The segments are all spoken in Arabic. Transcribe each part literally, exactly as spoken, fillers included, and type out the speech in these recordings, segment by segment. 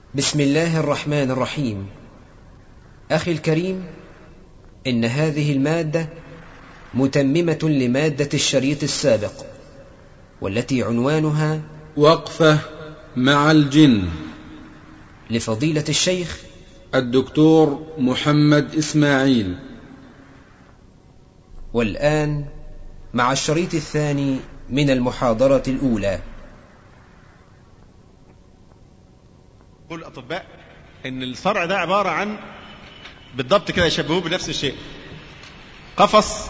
بسم الله الرحمن الرحيم. أخي الكريم، إن هذه المادة متممة لمادة الشريط السابق، والتي عنوانها وقفة مع الجن، لفضيلة الشيخ الدكتور محمد إسماعيل. والآن مع الشريط الثاني من المحاضرة الأولى. كل الأطباء إن الصرع ده عبارة عن بالضبط كده يشبهوه بنفس الشيء، قفص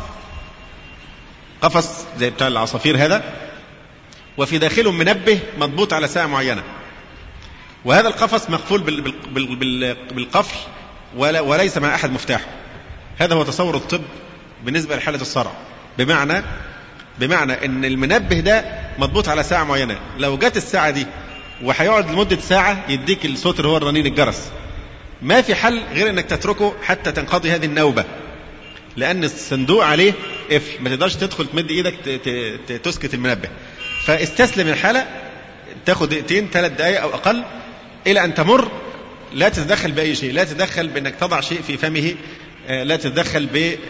قفص زي بتاع العصافير هذا، وفي داخله منبه مضبوط على ساعة معينة، وهذا القفص مقفول بالقفل وليس مع أحد مفتاحه. هذا هو تصور الطب بالنسبة لحالة الصرع، بمعنى بمعنى إن المنبه ده مضبوط على ساعة معينة، لو جت الساعة دي وهيقعد لمدة ساعة يديك الصوت اللي هو الرنين الجرس، ما في حل غير انك تتركه حتى تنقضي هذه النوبة، لأن الصندوق عليه قفل، ما تقدرش تدخل تمد ايدك تسكت المنبه. فاستسلم الحالة، تاخد دقيقتين ثلاث دقائق أو أقل إلى أن تمر، لا تتدخل بأي شيء، لا تتدخل بأنك تضع شيء في فمه، لا تتدخل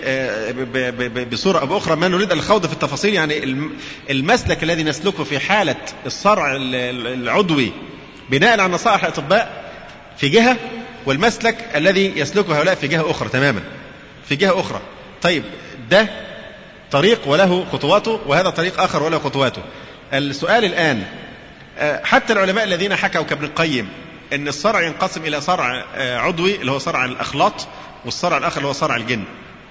بصورة أو بأخرى. ما نريد الخوض في التفاصيل، يعني المسلك الذي نسلكه في حالة الصرع العضوي بناء على نصائح الأطباء في جهة، والمسلك الذي يسلكه هؤلاء في جهة أخرى تماما، في جهة أخرى. طيب، ده طريق وله خطواته، وهذا طريق آخر وله خطواته. السؤال الآن، حتى العلماء الذين حكوا كابن القيم أن الصرع ينقسم إلى صرع عضوي اللي هو صرع الأخلاط، والصرع الآخر اللي هو صرع الجن،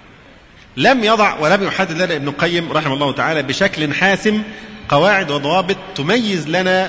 لم يضع ولم يحدد لنا ابن القيم رحمه الله تعالى بشكل حاسم قواعد وضوابط تميز لنا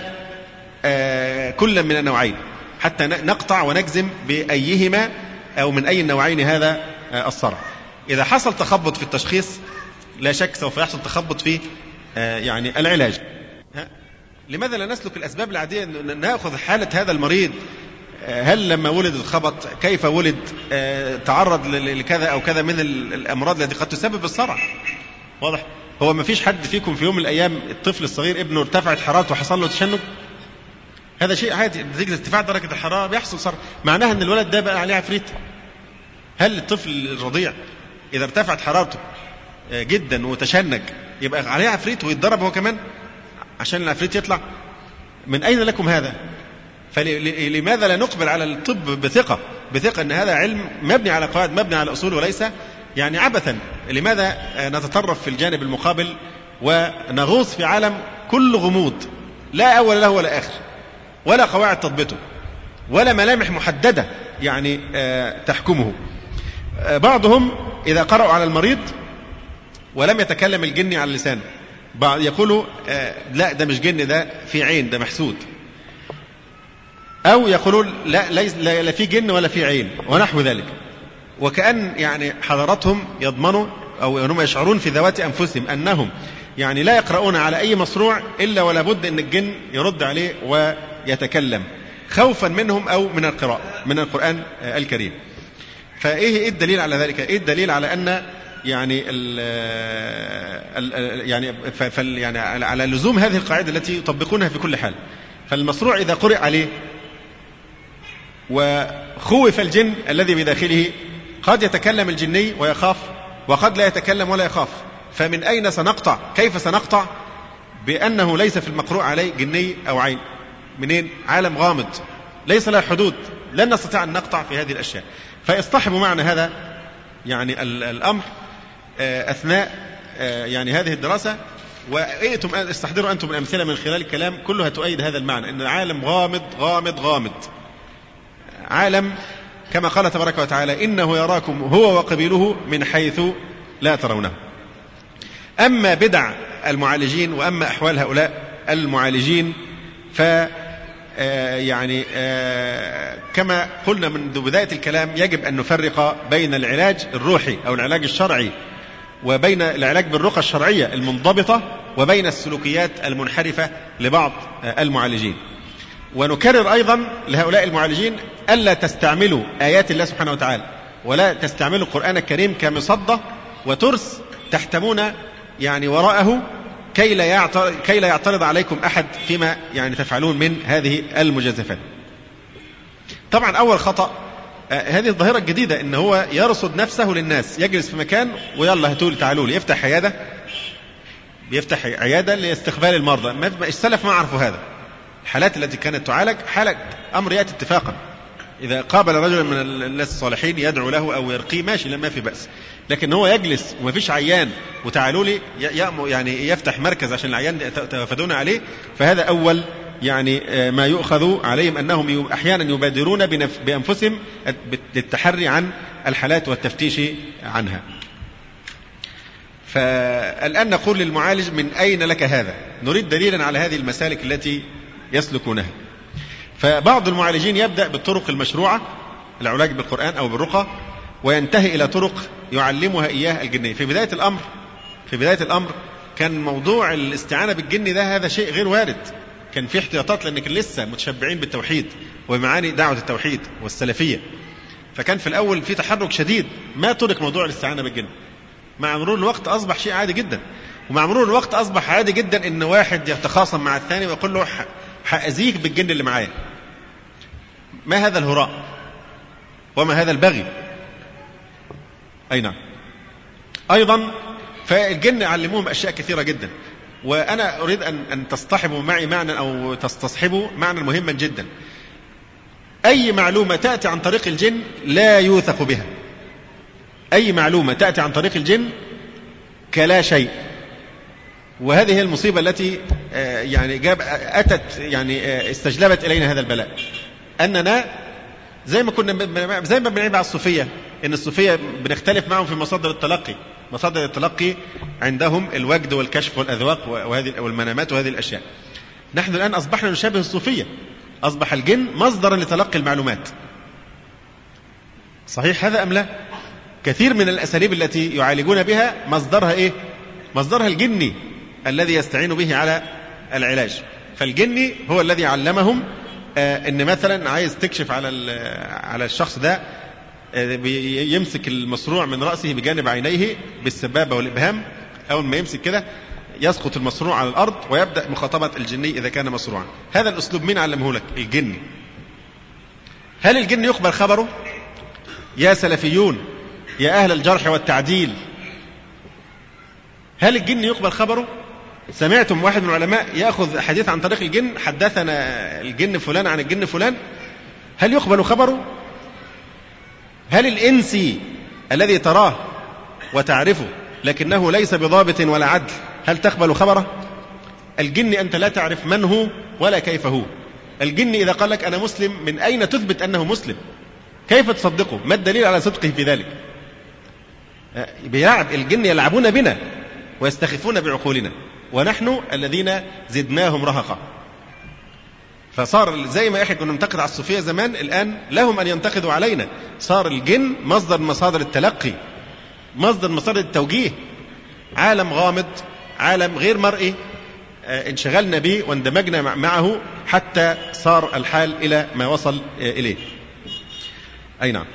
كل من النوعين، حتى نقطع ونجزم بأيهما أو من أي النوعين هذا الصرع. إذا حصل تخبط في التشخيص لا شك سوف يحصل تخبط في يعني العلاج. لماذا لا نسلك الأسباب العادية؟ نأخذ حالة هذا المريض، هل لما ولد الخبط، كيف ولد، تعرض لكذا أو كذا من الأمراض التي قد تسبب الصرع. واضح؟ هو ما فيش حد فيكم في يوم من الأيام الطفل الصغير ابنه ارتفعت حرارته وحصل له تشنج؟ هذا شيء عادي، نتيجة ارتفاع درجة الحرارة بيحصل صرع، معناها أن الولد ده بقى عليه عفريت. هل الطفل الرضيع إذا ارتفعت حرارته جدا وتشنج يبقى عليه عفريت ويتضرب هو كمان عشان العفريت يطلع؟ من أين لكم هذا؟ فلماذا لا نقبل على الطب بثقة بثقة أن هذا علم مبني على قواعد، مبني على أصول، وليس يعني عبثا؟ لماذا نتطرف في الجانب المقابل ونغوص في عالم كل غموض لا أول له ولا آخر، ولا قواعد تضبطه، ولا ملامح محددة يعني تحكمه؟ بعضهم إذا قرأوا على المريض ولم يتكلم الجن على اللسان يقولوا لا ده مش جن، ده في عين، ده محسود، أو يقولون لا ليس لا في جن ولا في عين ونحو ذلك، وكأن يعني حضراتهم يضمنوا أو هم يشعرون في ذوات أنفسهم أنهم يعني لا يقرؤون على أي مصروع إلا ولا بد أن الجن يرد عليه ويتكلم خوفا منهم أو من القراءة من القرآن الكريم. فإيه الدليل على ذلك؟ إيه الدليل على أن يعني ال ال يعني فال يعني على لزوم هذه القاعدة التي يطبقونها في كل حال؟ فالمصروع إذا قرئ عليه وخوف الجن الذي بداخله، قد يتكلم الجني ويخاف، وقد لا يتكلم ولا يخاف، فمن أين سنقطع؟ كيف سنقطع بأنه ليس في المقروء عليه جني أو عين؟ منين؟ عالم غامض ليس له حدود، لن نستطيع أن نقطع في هذه الأشياء. فاصطحبوا معنا هذا يعني الأمر أثناء يعني هذه الدراسة، وإئتم استحضروا أنتم الأمثلة من خلال الكلام كلها تؤيد هذا المعنى، أن العالم غامض غامض غامض، عالم كما قال تبارك وتعالى إنه يراكم هو وقبيله من حيث لا ترونه. أما بدع المعالجين وأما أحوال هؤلاء المعالجين، ف يعني كما قلنا منذ بداية الكلام يجب أن نفرق بين العلاج الروحي أو العلاج الشرعي وبين العلاج بالرقى الشرعية المنضبطة وبين السلوكيات المنحرفة لبعض المعالجين. ونكرر أيضا لهؤلاء المعالجين ألا تستعملوا آيات الله سبحانه وتعالى ولا تستعملوا القرآن الكريم كمصدة وترس تحتمون يعني وراءه كي لا يعترض, كي لا يعترض عليكم أحد فيما يعني تفعلون من هذه المجازفات. طبعا أول خطأ آه هذه الظاهرة الجديدة، إن هو يرصد نفسه للناس، يجلس في مكان ويلا هاتوا لي تعالوا لي، يفتح عيادة بيفتح عيادة لاستقبال المرضى. ما السلف ما عرفوا هذا. الحالات التي كانت تعالج حالة أمر يأتي اتفاقا، إذا قابل رجلا من الناس الصالحين يدعو له أو يرقيه ماشي، لا ما في بأس. لكن هو يجلس وما فيش عيان وتعالوا لي يعني يفتح مركز عشان العيان يتوافدون عليه، فهذا أول يعني ما يؤخذ عليهم أنهم أحيانا يبادرون بأنفسهم بالتحري عن الحالات والتفتيش عنها. فالآن نقول للمعالج: من أين لك هذا؟ نريد دليلا على هذه المسالك التي يسلكونها. فبعض المعالجين يبدأ بالطرق المشروعة، العلاج بالقرآن أو بالرقى، وينتهي إلى طرق يعلمها إياه الجنية. في بداية الأمر في بداية الأمر كان موضوع الاستعانة بالجن ده هذا شيء غير وارد، كان في احتياطات لأن كان لسه متشبعين بالتوحيد ومعاني دعوة التوحيد والسلفية، فكان في الأول في تحرك شديد، ما ترك موضوع الاستعانة بالجن. مع مرور الوقت أصبح شيء عادي جدا، ومع مرور الوقت أصبح عادي جدا إن واحد يتخاصم مع الثاني ويقول له حأذيك بالجن اللي معايا. ما هذا الهراء وما هذا البغي؟ أي نعم. أيضا فالجن علموهم أشياء كثيرة جدا، وأنا أريد أن أن تصطحبوا معي معنى أو تستصحبوا معنى مهما جدا. أي معلومة تأتي عن طريق الجن لا يوثق بها. أي معلومة تأتي عن طريق الجن كلا شيء. وهذه هي المصيبة التي يعني جاب أتت يعني استجلبت إلينا هذا البلاء، أننا زي ما كنا زي ما بنعيب على الصوفية، إن الصوفية بنختلف معهم في مصادر التلقي. مصادر التلقي عندهم الوجد والكشف والأذواق وهذه والمنامات وهذه الأشياء. نحن الآن أصبحنا نشابه الصوفية، أصبح الجن مصدرا لتلقي المعلومات. صحيح هذا أم لا؟ كثير من الأساليب التي يعالجون بها مصدرها إيه؟ مصدرها الجني الذي يستعين به على العلاج. فالجني هو الذي علمهم آه إن مثلا عايز تكشف على على الشخص ده، آه يمسك المصروع من رأسه بجانب عينيه بالسبابة والإبهام، أول ما يمسك كده يسقط المصروع على الأرض ويبدأ مخاطبة الجني إذا كان مصروعا. هذا الأسلوب مين علمه لك؟ الجني. هل الجن يقبل خبره؟ يا سلفيون يا أهل الجرح والتعديل، هل الجن يقبل خبره؟ سمعتم واحد من العلماء يأخذ حديث عن طريق الجن، حدثنا الجن فلان عن الجن فلان، هل يقبل خبره؟ هل الإنسي الذي تراه وتعرفه لكنه ليس بضابط ولا عدل، هل تقبل خبره؟ الجن أنت لا تعرف من هو ولا كيف هو. الجن إذا قال لك أنا مسلم، من أين تثبت أنه مسلم؟ كيف تصدقه؟ ما الدليل على صدقه في ذلك؟ بيلعب الجن، يلعبون بنا ويستخفون بعقولنا، ونحن الذين زدناهم رهقا. فصار زي ما احنا كنا ننتقد على الصوفية زمان، الآن لهم أن ينتقدوا علينا. صار الجن مصدر مصادر التلقي، مصدر مصادر التوجيه، عالم غامض، عالم غير مرئي، انشغلنا به واندمجنا معه حتى صار الحال إلى ما وصل إليه. أي نعم.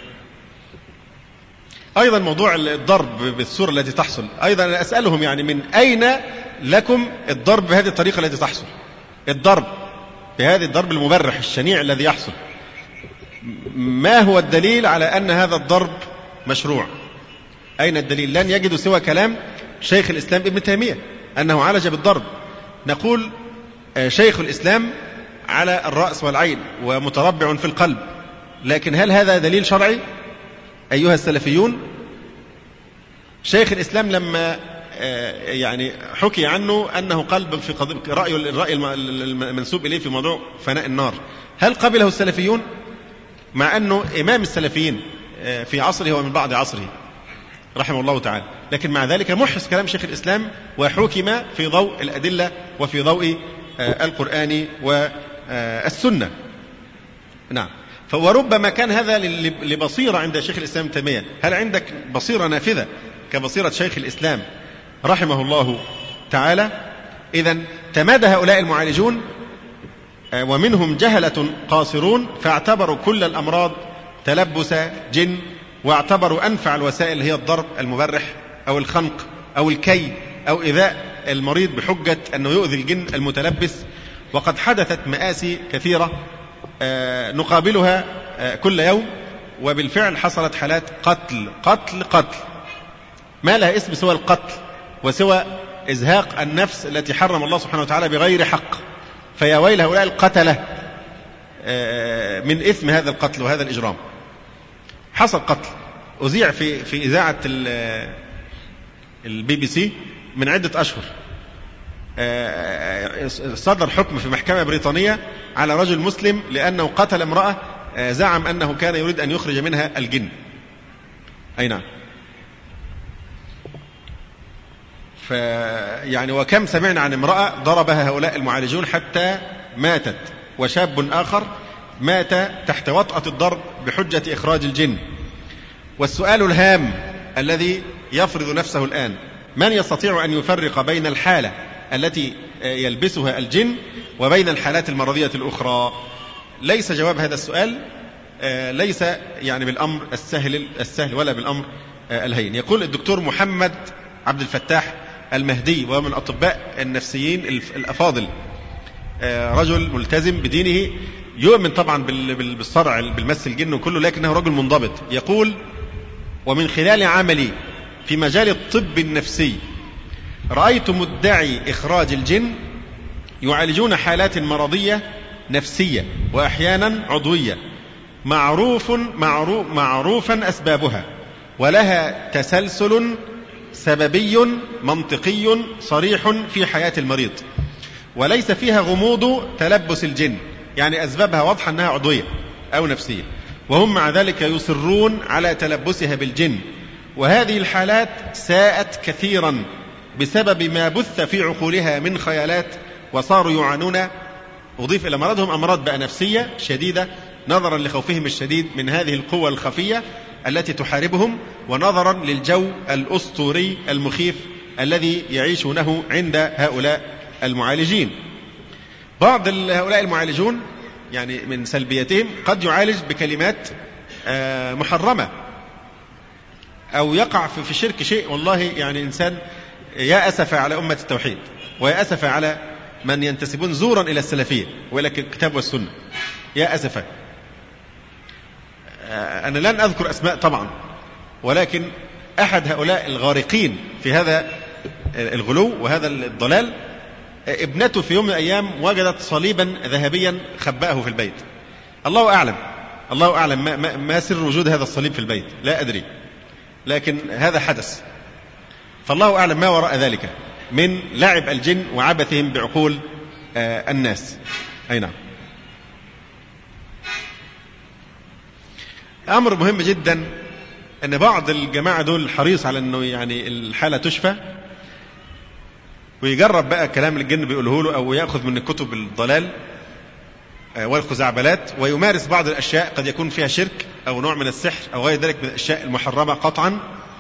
أيضا موضوع الضرب بالصورة التي تحصل، أيضا أنا أسألهم يعني من أين لكم الضرب بهذه الطريقة التي تحصل؟ الضرب بهذه الضرب المبرح الشنيع الذي يحصل، ما هو الدليل على أن هذا الضرب مشروع؟ أين الدليل؟ لن يجدوا سوى كلام شيخ الإسلام ابن تيمية أنه عالج بالضرب. نقول شيخ الإسلام على الرأس والعين ومتربع في القلب، لكن هل هذا دليل شرعي أيها السلفيون؟ شيخ الإسلام لما يعني حكي عنه أنه قلب في رأي الرأي المنسوب إليه في موضوع فناء النار، هل قبله السلفيون؟ مع أنه إمام السلفيين في عصره ومن بعد عصره رحمه الله تعالى، لكن مع ذلك محس كلام شيخ الإسلام وحكم في ضوء الأدلة وفي ضوء القرآن والسنة. نعم. وربما كان هذا لبصيرة عند شيخ الإسلام تيمية. هل عندك بصيرة نافذة كبصيرة شيخ الإسلام رحمه الله تعالى؟ إذن تمادى هؤلاء المعالجون ومنهم جهلة قاصرون، فاعتبروا كل الأمراض تلبس جن، واعتبروا أنفع الوسائل هي الضرب المبرح أو الخنق أو الكي أو إيذاء المريض بحجة أنه يؤذي الجن المتلبس. وقد حدثت مآسي كثيرة نقابلها كل يوم، وبالفعل حصلت حالات قتل قتل قتل ما لها اسم سوى القتل وسوى إزهاق النفس التي حرم الله سبحانه وتعالى بغير حق. فيا ويل هؤلاء القتلة من إثم هذا القتل وهذا الإجرام. حصل قتل أذيع في في إذاعة البي بي سي من عدة أشهر. صدر حكم في محكمة بريطانية على رجل مسلم لأنه قتل امرأة زعم أنه كان يريد أن يخرج منها الجن. أي نعم. فيعني وكم سمعنا عن امرأة ضربها هؤلاء المعالجون حتى ماتت، وشاب آخر مات تحت وطأة الضرب بحجة إخراج الجن. والسؤال الهام الذي يفرض نفسه الآن: من يستطيع أن يفرق بين الحالة التي يلبسها الجن وبين الحالات المرضية الأخرى؟ ليس جواب هذا السؤال ليس يعني بالأمر السهل السهل ولا بالأمر الهين. يقول الدكتور محمد عبد الفتاح المهدي، ومن أطباء النفسيين الأفاضل، رجل ملتزم بدينه، يؤمن طبعا بالصرع بالمس الجن وكله، لكنه رجل منضبط. يقول: ومن خلال عملي في مجال الطب النفسي رأيت مدعي إخراج الجن يعالجون حالات مرضية نفسية وأحيانا عضوية معروف معروف معروفا أسبابها، ولها تسلسل سببي منطقي صريح في حياة المريض، وليس فيها غموض تلبس الجن، يعني أسبابها واضحة أنها عضوية أو نفسية، وهم مع ذلك يصرون على تلبسها بالجن. وهذه الحالات ساءت كثيرا بسبب ما بث في عقولها من خيالات، وصاروا يعانون. أضيف إلى مرضهم أمراض بقى نفسية شديدة نظرا لخوفهم الشديد من هذه القوى الخفية التي تحاربهم، ونظرا للجو الأسطوري المخيف الذي يعيشونه عند هؤلاء المعالجين. بعض هؤلاء المعالجون يعني من سلبيتهم قد يعالج بكلمات محرمة أو يقع في شرك شيء. والله يعني إنسان يا أسف على أمة التوحيد، ويا أسف على من ينتسبون زورا إلى السلفية وإلى الكتاب والسنة، يا أسف. أنا لن أذكر أسماء طبعا، ولكن أحد هؤلاء الغارقين في هذا الغلو وهذا الضلال، ابنته في يوم من الأيام وجدت صليبا ذهبيا خبأه في البيت. الله أعلم الله أعلم ما, ما, ما سر وجود هذا الصليب في البيت، لا أدري، لكن هذا حدث، فالله أعلم ما وراء ذلك من لعب الجن وعبثهم بعقول آه الناس. أي نعم. أمر مهم جدا أن بعض الجماعة دول حريص على أنه يعني الحالة تشفى، ويجرب بقى كلام الجن بيقوله له، أو يأخذ من الكتب الضلال والخزعبلات، ويمارس بعض الأشياء قد يكون فيها شرك أو نوع من السحر أو غير ذلك من الأشياء المحرمة قطعا،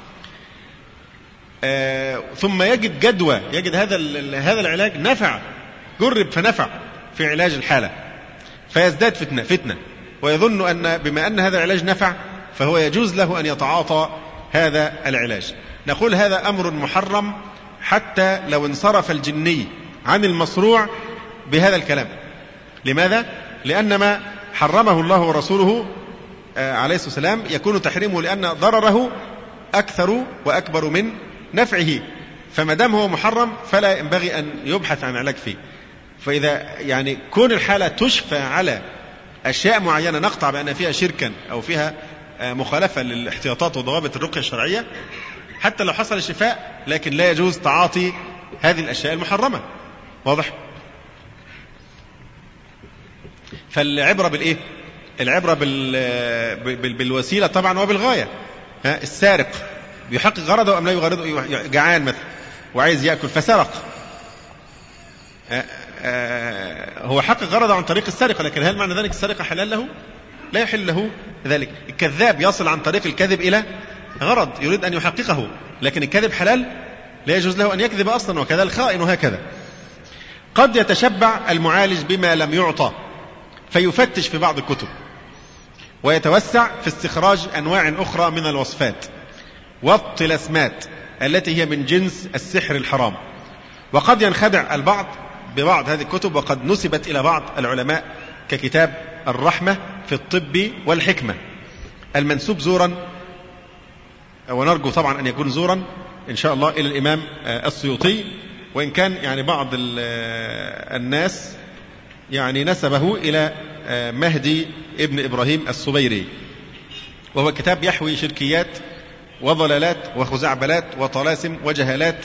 ثم يجد جدوى، يجد هذا هذا العلاج نفع، جرب فنفع في علاج الحالة، فيزداد فتنة فتنة ويظن أن بما أن هذا العلاج نفع فهو يجوز له أن يتعاطى هذا العلاج. نقول هذا أمر محرم حتى لو انصرف الجني عن المصروع بهذا الكلام. لماذا؟ لأن ما حرمه الله ورسوله عليه الصلاة والسلام يكون تحريمه لأن ضرره أكثر وأكبر من نفعه، فما دام هو محرم فلا ينبغي أن يبحث عن علاج فيه. فإذا يعني كون الحالة تشفى على أشياء معينة نقطع بأن فيها شركا أو فيها مخالفة للاحتياطات وضوابط الرقية الشرعية، حتى لو حصل الشفاء، لكن لا يجوز تعاطي هذه الأشياء المحرمة. واضح؟ فالعبرة بالإيه؟ العبرة بال... بالوسيلة طبعا وبالغاية. السارق بيحقق غرضه أم لا يغرضه؟ جعان مثلا وعايز يأكل فسرق، هو حقق غرضه عن طريق السرقة، لكن هل معنى ذلك السرقة حلال له؟ لا يحل له ذلك. الكذاب يصل عن طريق الكذب إلى غرض يريد أن يحققه، لكن الكذب حلال، لا يجوز له أن يكذب أصلا، وكذا الخائن وهكذا. قد يتشبع المعالج بما لم يعطى فيفتش في بعض الكتب ويتوسع في استخراج أنواع أخرى من الوصفات والطلسمات التي هي من جنس السحر الحرام. وقد ينخدع البعض ببعض هذه الكتب، وقد نسبت إلى بعض العلماء ككتاب الرحمة في الطب والحكمة، المنسوب زورا، ونرجو طبعا أن يكون زورا إن شاء الله، إلى الإمام السيوطي، وإن كان يعني بعض الناس يعني نسبه إلى مهدي ابن إبراهيم الصبيري. وهو كتاب يحوي شركيات وضلالات وخزعبلات وطلاسم وجهالات.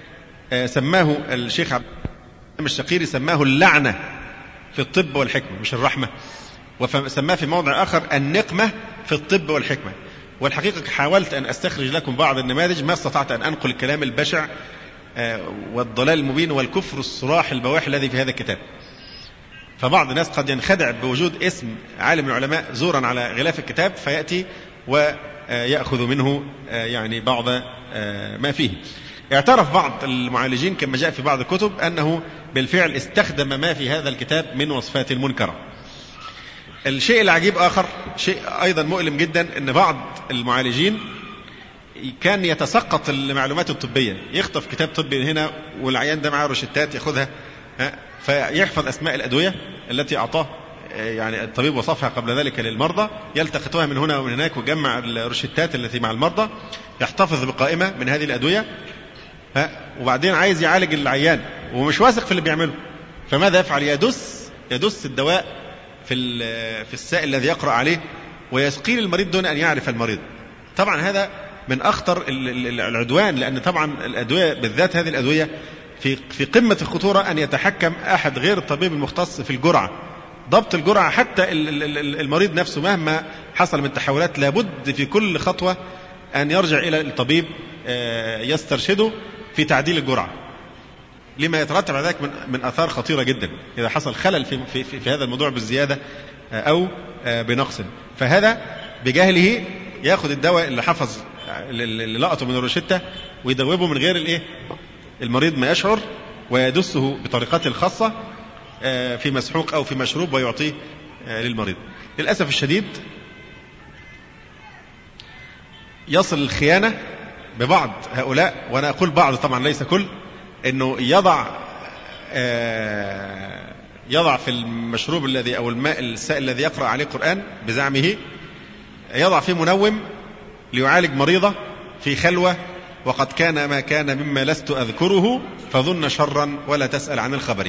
سماه الشيخ عبد الرحمن الشقيري سماه اللعنة في الطب والحكمة، مش الرحمة، وسماه في موضع آخر النقمة في الطب والحكمة. والحقيقة حاولت أن أستخرج لكم بعض النماذج، ما استطعت أن أنقل الكلام البشع والضلال المبين والكفر الصراح البواح الذي في هذا الكتاب. فبعض الناس قد ينخدع بوجود اسم عالم العلماء زورا على غلاف الكتاب، فيأتي ويأخذ منه يعني بعض ما فيه. اعترف بعض المعالجين كما جاء في بعض الكتب أنه بالفعل استخدم ما في هذا الكتاب من وصفات منكرة. الشيء العجيب آخر، شيء أيضا مؤلم جدا، أن بعض المعالجين كان يتسقط المعلومات الطبية، يخطف كتاب طبي هنا والعيان ده معاه روشتات يأخذها، فيحفظ أسماء الأدوية التي أعطاه يعني الطبيب وصفها قبل ذلك للمرضى، يلتقطها من هنا ومن هناك ويجمع الروشتات التي مع المرضى، يحتفظ بقائمة من هذه الأدوية، وبعدين عايز يعالج العيان ومش واثق في اللي بيعمله، فماذا يفعل؟ يدس يدس الدواء في في السائل الذي يقرأ عليه ويسقيه المريض دون أن يعرف المريض. طبعا هذا من أخطر العدوان، لأن طبعا الأدوية بالذات هذه الأدوية في في قمة الخطورة أن يتحكم أحد غير الطبيب المختص في الجرعة، ضبط الجرعة. حتى المريض نفسه مهما حصل من تحولات لابد في كل خطوة أن يرجع إلى الطبيب يسترشده في تعديل الجرعة، لما يترتب على ذلك من, من آثار خطيرة جدا إذا حصل خلل في, في, في, في هذا الموضوع بالزيادة أو بنقص. فهذا بجهله يأخذ الدواء اللي حفظ اللي لقطه من الروشتة ويدوبه من غير الإيه المريض ما يشعر، ويدسه بطريقته الخاصة في مسحوق أو في مشروب ويعطيه للمريض. للأسف الشديد يصل الخيانة ببعض هؤلاء، وأنا أقول بعض طبعا ليس كل، أنه يضع يضع في المشروب الذي أو الماء السائل الذي يقرأ عليه القرآن بزعمه، يضع فيه منوم ليعالج مريضة في خلوة، وقد كان ما كان مما لست أذكره فظن شرا ولا تسأل عن الخبر.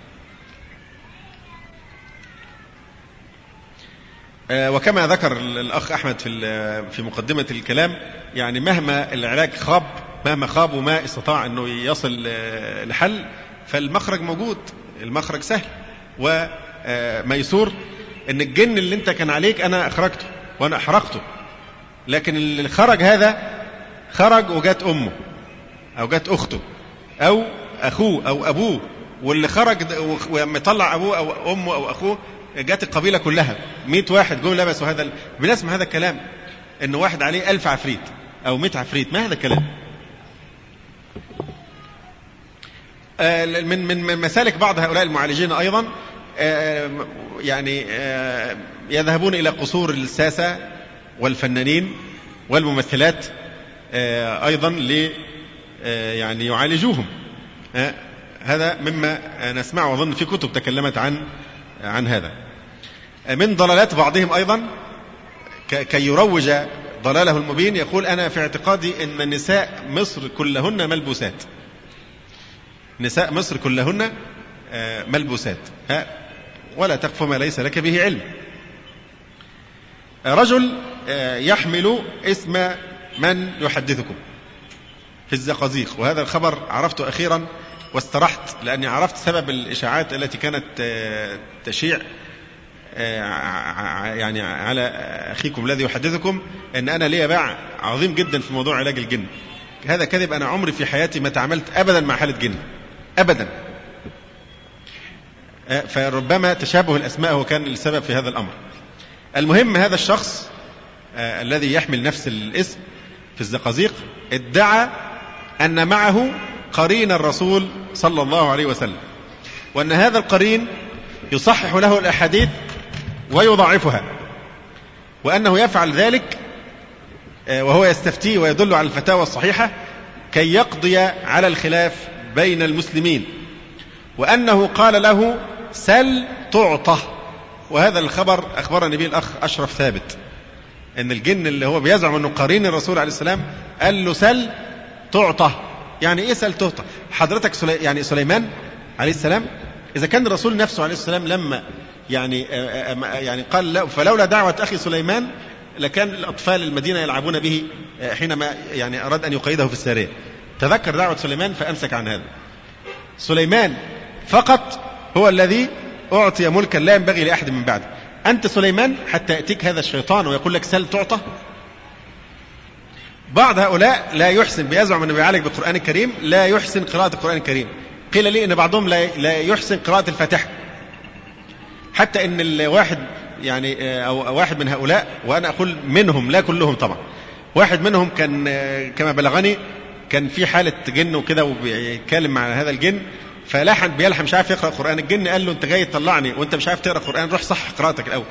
وكما ذكر الأخ أحمد في في مقدمة الكلام، يعني مهما العلاج خاب مهما خاب وما استطاع أنه يصل لحل، فالمخرج موجود، المخرج سهل وميسور. أن الجن اللي أنت كان عليك أنا أخرجته وأنا أحرقته، لكن اللي خرج هذا خرج وجات أمه أو جات أخته أو أخوه أو أبوه، واللي خرج ومطلع أبوه أو أمه أو أخوه جات القبيلة كلها، مئة واحد جم لبسوا هذا. بنسمع هذا الكلام إنه واحد عليه ألف عفريت أو مئة عفريت، ما هذا الكلام؟ من من مسالك بعض هؤلاء المعالجين أيضا يعني يذهبون إلى قصور الساسة والفنانين والممثلات أيضا ل يعني يعالجوهم. هذا مما نسمعه وأظن في كتب تكلمت عن عن هذا. من ضلالات بعضهم أيضا كي يروج ضلاله المبين، يقول أنا في اعتقادي أن نساء مصر كلهن ملبوسات، نساء مصر كلهن ملبوسات، ولا تقف ما ليس لك به علم. رجل يحمل اسم من يحدثكم في الزقازيق، وهذا الخبر عرفته أخيرا واسترحت، لأني عرفت سبب الإشاعات التي كانت تشيع يعني على أخيكم الذي يحدثكم أن أنا لي باع عظيم جدا في موضوع علاج الجن. هذا كذب، أنا عمري في حياتي ما تعاملت أبدا مع حالة جن أبدا، فربما تشابه الأسماء هو كان السبب في هذا الأمر. المهم هذا الشخص الذي يحمل نفس الاسم في الزقازيق ادعى أن معه قرين الرسول صلى الله عليه وسلم، وأن هذا القرين يصحح له الأحاديث ويضعفها، وأنه يفعل ذلك وهو يستفتيه ويدل على الفتاوى الصحيحة كي يقضي على الخلاف بين المسلمين، وأنه قال له سل تعطى، وهذا الخبر أخبرني به الأخ أشرف ثابت، أن الجن اللي هو بيزعم أنه قرين الرسول عليه السلام قال له سل تعطى. يعني إيه سل تعطى؟ حضرتك سلي يعني سليمان عليه السلام إذا كان الرسول نفسه عليه السلام لما يعني يعني قال لا فلولا دعوة أخي سليمان لكان الأطفال المدينة يلعبون به حينما يعني أراد أن يقيده في السارية. تذكر دعوة سليمان فأمسك عن هذا. سليمان فقط هو الذي أعطي ملكا لا ينبغي لأحد من بعده. أنت سليمان حتى يأتيك هذا الشيطان ويقول لك سل تعطى. بعض هؤلاء لا يحسن بيزعم أنه بيعالج بالقرآن الكريم لا يحسن قراءة القرآن الكريم. قيل لي أن بعضهم لا لا يحسن قراءة الفاتحة، حتى أن الواحد يعني أو واحد من هؤلاء، وأنا أقول منهم لا كلهم طبعا، واحد منهم كان كما بلغني كان في حالة جن وكده وبيتكلم مع هذا الجن فلحن بيلحن مش عارف يقرأ القرآن. الجن قال له أنت جاي تطلعني وأنت مش عارف تقرأ القرآن، روح صح قراءتك الأول.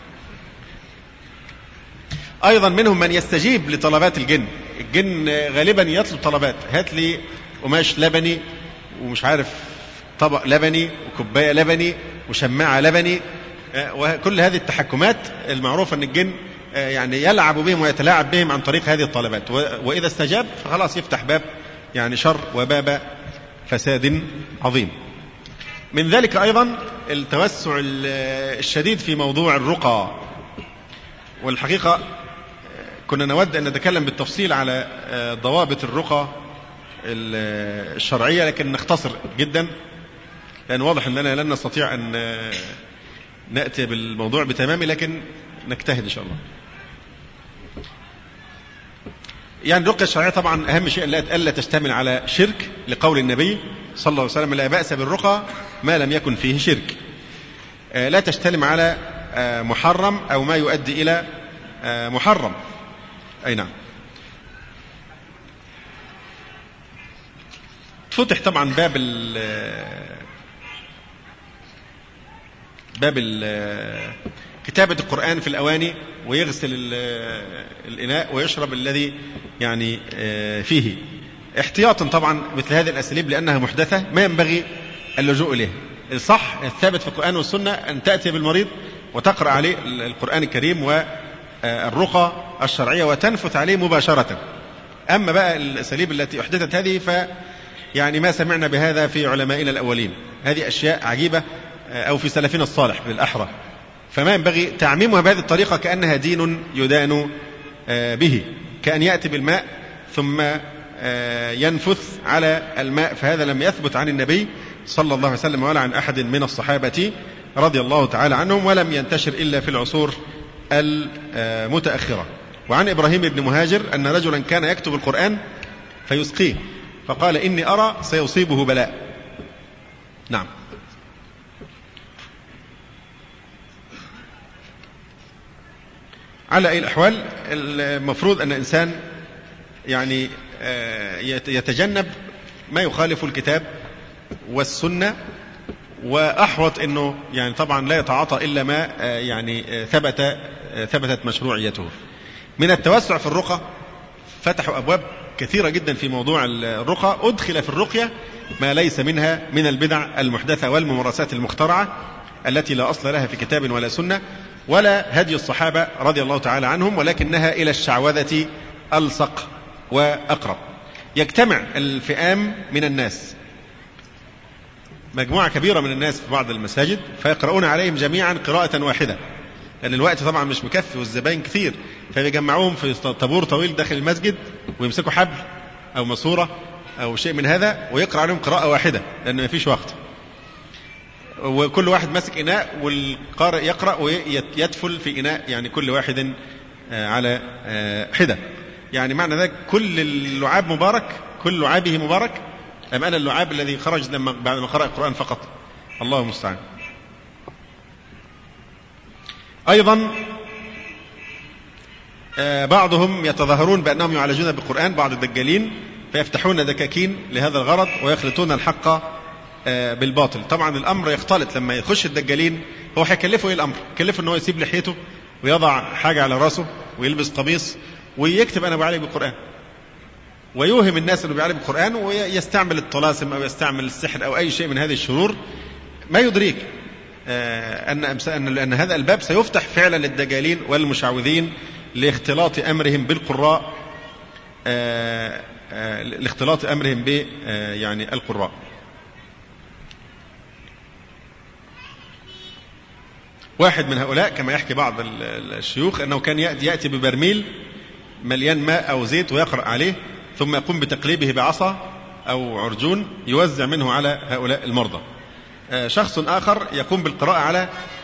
أيضا منهم من يستجيب لطلبات الجن. الجن غالبا يطلب طلبات، هات لي قماش لبني ومش عارف طبق لبني وكوباية لبني وشماعة لبني، وكل هذه التحكمات المعروفة أن الجن يعني يلعب بهم ويتلاعب بهم عن طريق هذه الطلبات، وإذا استجاب فخلاص يفتح باب يعني شر وباب فساد عظيم. من ذلك أيضا التوسع الشديد في موضوع الرقى. والحقيقة كنا نود أن نتكلم بالتفصيل على ضوابط الرقى الشرعية، لكن نختصر جدا لأن واضح أننا لن نستطيع أن نأتي بالموضوع بتمامه، لكن نجتهد إن شاء الله. يعني الرقية الشرعية طبعا أهم شيء ألا تشتمل على شرك، لقول النبي صلى الله عليه وسلم لا بأس بالرقى ما لم يكن فيه شرك. لا تشتمل على محرم أو ما يؤدي إلى محرم. أي نعم. فتح طبعا باب ال باب ال كتابة القرآن في الأواني، ويغسل الإناء ويشرب الذي يعني فيه احتياطا طبعا مثل هذه الأساليب لأنها محدثة ما ينبغي اللجوء إليه. الصح الثابت في القرآن والسنة أن تأتي بالمريض وتقرأ عليه القرآن الكريم والرقى الشرعية وتنفث عليه مباشرة. أما بقى الأساليب التي أحدثت هذه ف يعني ما سمعنا بهذا في علمائنا الأولين، هذه أشياء عجيبة، أو في سلفنا الصالح بالأحرى، فما ينبغي تعميمها بهذه الطريقة كأنها دين يدان به، كأن يأتي بالماء ثم ينفث على الماء، فهذا لم يثبت عن النبي صلى الله عليه وسلم ولا عن أحد من الصحابة رضي الله تعالى عنهم، ولم ينتشر إلا في العصور المتأخرة. وعن إبراهيم بن مهاجر أن رجلا كان يكتب القرآن فيسقيه فقال إني أرى سيصيبه بلاء. نعم. على أي الأحوال المفروض أن الإنسان يعني يتجنب ما يخالف الكتاب والسنة، وأحوط أنه يعني طبعا لا يتعاطى إلا ما يعني ثبت ثبتت مشروعيته. من التوسع في الرقى فتحوا أبواب كثيرة جدا في موضوع الرقى، أدخل في الرقية ما ليس منها من البدع المحدثة والممارسات المخترعة التي لا أصل لها في كتاب ولا سنة ولا هدي الصحابة رضي الله تعالى عنهم، ولكنها إلى الشعوذة ألصق وأقرب. يجتمع الفئام من الناس، مجموعة كبيرة من الناس في بعض المساجد فيقرؤون عليهم جميعا قراءة واحدة، لأن الوقت طبعا مش مكفي والزبائن كثير، فيجمعوهم في طابور طويل داخل المسجد ويمسكوا حبل أو ماسورة أو شيء من هذا ويقرأ عليهم قراءة واحدة لأن ما فيش وقت، وكل واحد ماسك إناء والقارئ يقرأ ويتفل في إناء يعني كل واحد على حدة. يعني معنى ذلك كل اللعاب مبارك، كل لعابه مبارك، أم أنا اللعاب الذي خرج لما بعد ما قرأ القرآن فقط؟ الله المستعان. أيضا بعضهم يتظاهرون بأنهم يعالجون بالقرآن، بعض الدجالين، فيفتحون دكاكين لهذا الغرض ويخلطون الحق بالباطل. طبعا الأمر يختلط لما يخش الدجالين، هو هيكلفه إيه الأمر؟ يكلفه أنه يسيب لحيته ويضع حاجة على رأسه ويلبس قميص ويكتب أنا بعالج بالقرآن، ويوهم الناس أنه بيعالج بالقرآن، ويستعمل الطلاسم أو يستعمل السحر أو أي شيء من هذه الشرور، ما يدريك أن أن هذا الباب سيفتح فعلا للدجالين والمشعوذين لاختلاط أمرهم بالقراء، لاختلاط أمرهم ب يعني القراء. واحد من هؤلاء كما يحكي بعض الشيوخ أنه كان يأتي ببرميل مليان ماء أو زيت ويقرأ عليه، ثم يقوم بتقليبه بعصا أو عرجون يوزع منه على هؤلاء المرضى. شخص آخر يقوم بالقراءة على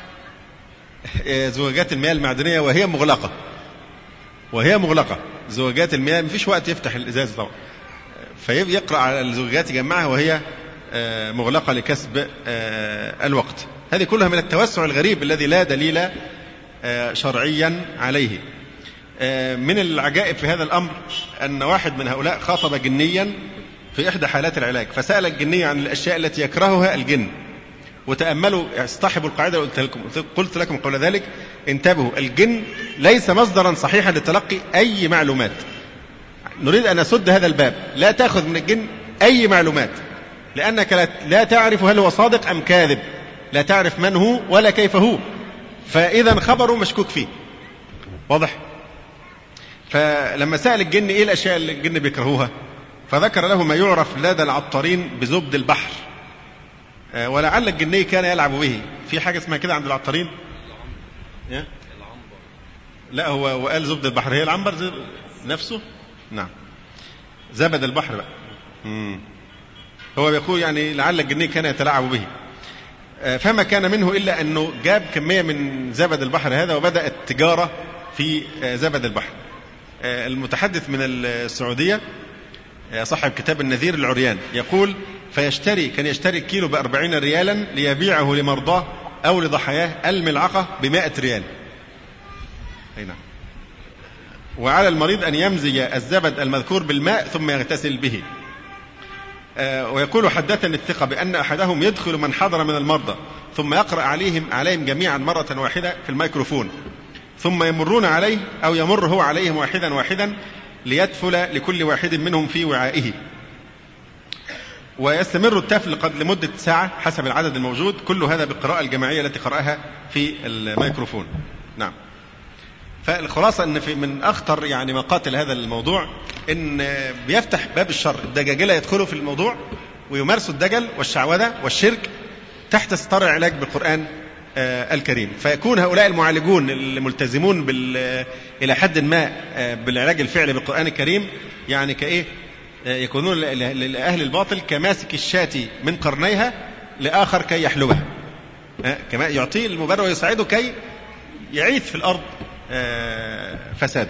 زجاجات المياه المعدنية وهي مغلقة وهي مغلقة زجاجات المياه مفيش وقت يفتح الإزاز طبعا، فيقرأ على الزجاجات يجمعها وهي مغلقة لكسب الوقت. هذه كلها من التوسع الغريب الذي لا دليل شرعيا عليه. من العجائب في هذا الأمر أن واحد من هؤلاء خاطب جنيا في إحدى حالات العلاج، فسأل الجني عن الأشياء التي يكرهها الجن. وتأملوا اصطحبوا القاعدة قلت لكم قلت لكم قبل ذلك، انتبهوا، الجن ليس مصدرا صحيحا لتلقي أي معلومات. نريد أن نسد هذا الباب، لا تأخذ من الجن أي معلومات، لأنك لا تعرف هل هو صادق أم كاذب، لا تعرف من هو ولا كيف هو، فإذا خبره مشكوك فيه. واضح؟ فلما سأل الجن إيه الأشياء اللي الجن بيكرهوها، فذكر له ما يعرف لدى العطارين بزبد البحر، ولعل الجني كان يلعب به. في حاجة اسمها كده عند العطارين؟ لا، هو وقال زبد البحر، هي العنبر نفسه؟ نعم، زبد البحر بقى. مم. هو بيقول يعني لعل الجني كان يتلاعب به، فما كان منه إلا أنه جاب كمية من زبد البحر هذا وبدأ التجارة في زبد البحر. المتحدث من السعودية صاحب كتاب النذير العريان يقول فيشتري كان يشتري الكيلو بأربعين ريالا ليبيعه لمرضاه أو لضحاياه الملعقة بمائة ريال. أي نعم. وعلى المريض أن يمزج الزبد المذكور بالماء ثم يغتسل به. ويقول حدثني الثقة بأن أحدهم يدخل من حضر من المرضى ثم يقرأ عليهم عليهم جميعا مرة واحدة في الميكروفون، ثم يمرون عليه أو يمر هو عليهم واحدا واحدا ليتفل لكل واحد منهم في وعائه، ويستمر التفل قد لمدة ساعة حسب العدد الموجود، كل هذا بالقراءة الجماعية التي قرأها في الميكروفون. نعم. فالخلاصة أن في من أخطر يعني مقاتل هذا الموضوع أن بيفتح باب الشر، الدجاجلة يدخلوا في الموضوع ويمارسوا الدجل والشعوذة والشرك تحت ستار العلاج بالقرآن الكريم، فيكون هؤلاء المعالجون الملتزمون بال إلى حد ما بالعلاج الفعلي بالقرآن الكريم يعني كإيه، يكونون لأهل الباطل كماسك الشاة من قرنيها لآخر كي يحلبها، كما يعطيه المبرر ويساعده كي يعيث في الأرض فسادا.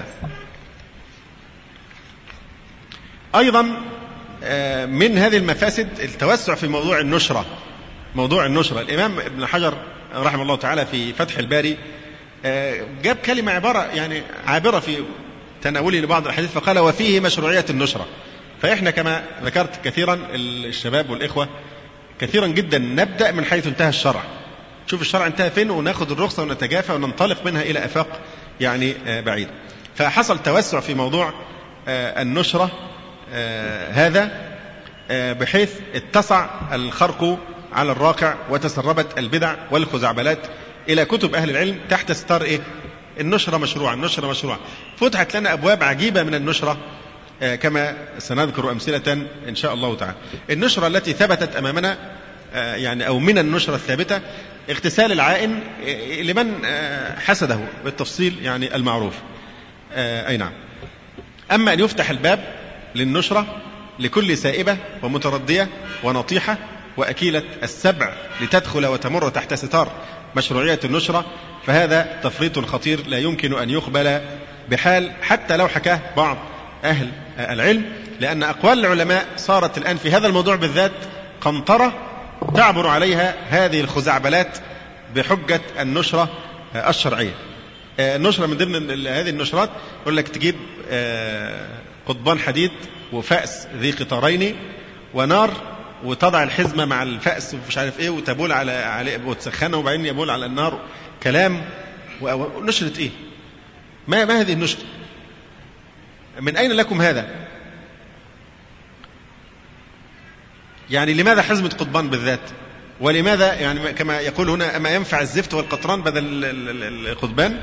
أيضا من هذه المفاسد التوسع في موضوع النشرة. موضوع النشرة الإمام ابن حجر رحمه الله تعالى في فتح الباري جاب كلمة عبارة يعني عابرة في تناوله لبعض الحديث، فقال وفيه مشروعية النشرة. فإحنا كما ذكرت كثيرا الشباب والإخوة كثيرا جدا نبدأ من حيث انتهى الشرع، شوف الشرع انتهى فين وناخذ الرخصة ونتجافى وننطلق منها إلى آفاق يعني بعيد. فحصل توسع في موضوع النشرة هذا بحيث اتسع الخرق على الراقع وتسربت البدع والخزعبلات إلى كتب أهل العلم تحت ستار إيه؟ النشرة مشروعة، النشرة مشروعة. فتحت لنا أبواب عجيبة من النشرة كما سنذكر أمثلة إن شاء الله تعالى. النشرة التي ثبتت أمامنا يعني أو من النشرة الثابتة اغتسال العائن لمن حسده بالتفصيل يعني المعروف. أي نعم. أما أن يفتح الباب للنشرة لكل سائبة ومتردية ونطيحة وأكيلة السبع لتدخل وتمر تحت ستار مشروعية النشرة، فهذا تفريط خطير لا يمكن أن يقبل بحال حتى لو حكاه بعض أهل العلم، لأن أقوال العلماء صارت الآن في هذا الموضوع بالذات قنطرة تعبر عليها هذه الخزعبلات بحجة النشرة الشرعية. النشرة من ضمن هذه النشرات يقول لك تجيب قضبان حديد وفأس ذي قطارين ونار وتضع الحزمة مع الفأس ومش عارف ايه وتبول على عليه وتسخنه وبعدين يبول على النار، كلام ونشرة ايه؟ ما ما هذه النشرة؟ من أين لكم هذا؟ يعني لماذا حزمة قضبان بالذات؟ ولماذا يعني كما يقول هنا أما ينفع الزفت والقطران بدل القضبان؟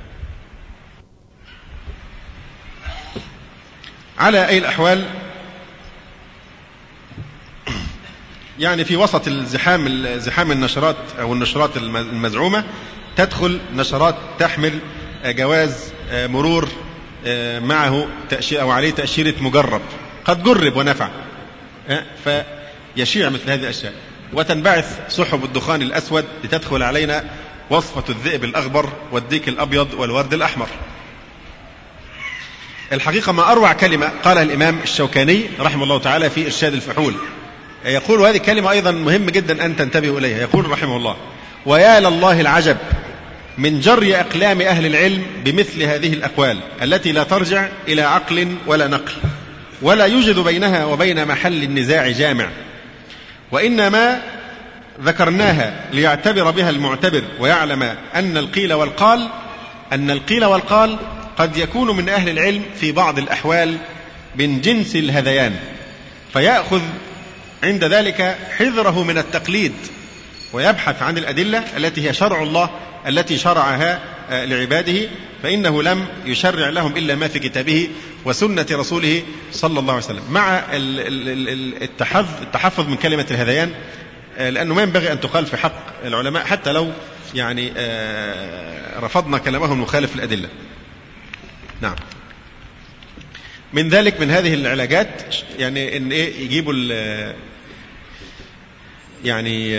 على أي الأحوال يعني في وسط الزحام زحام النشرات أو النشرات المزعومة تدخل نشرات تحمل جواز مرور معه تأشيرة أو عليه تأشيرة مجرب قد جرب ونفع، فيشيع مثل هذه الأشياء، وتنبعث سحب الدخان الأسود لتدخل علينا وصفة الذئب الأخضر والديك الأبيض والورد الأحمر. الحقيقة ما أروع كلمة قالها الإمام الشوكاني رحمه الله تعالى في إرشاد الفحول، يقول وهذه كلمة أيضا مهم جدا أن تنتبهوا إليها، يقول رحمه الله: ويا لله العجب من جري أقلام أهل العلم بمثل هذه الأقوال التي لا ترجع إلى عقل ولا نقل ولا يوجد بينها وبين محل النزاع جامع، وإنما ذكرناها ليعتبر بها المعتبر ويعلم أن القيل والقال أن القيل والقال قد يكون من أهل العلم في بعض الأحوال من جنس الهذيان، فيأخذ عند ذلك حذره من التقليد ويبحث عن الأدلة التي هي شرع الله التي شرعها لعباده، فإنه لم يشرع لهم إلا ما في كتابه وسنة رسوله صلى الله عليه وسلم، مع التحفظ من كلمة الهذيان، لأنه ما ينبغي أن تقال في حق العلماء حتى لو يعني رفضنا كلامهم المخالف للأدلة. نعم. من ذلك من هذه العلاجات يعني إن إيه يجيبوا يعني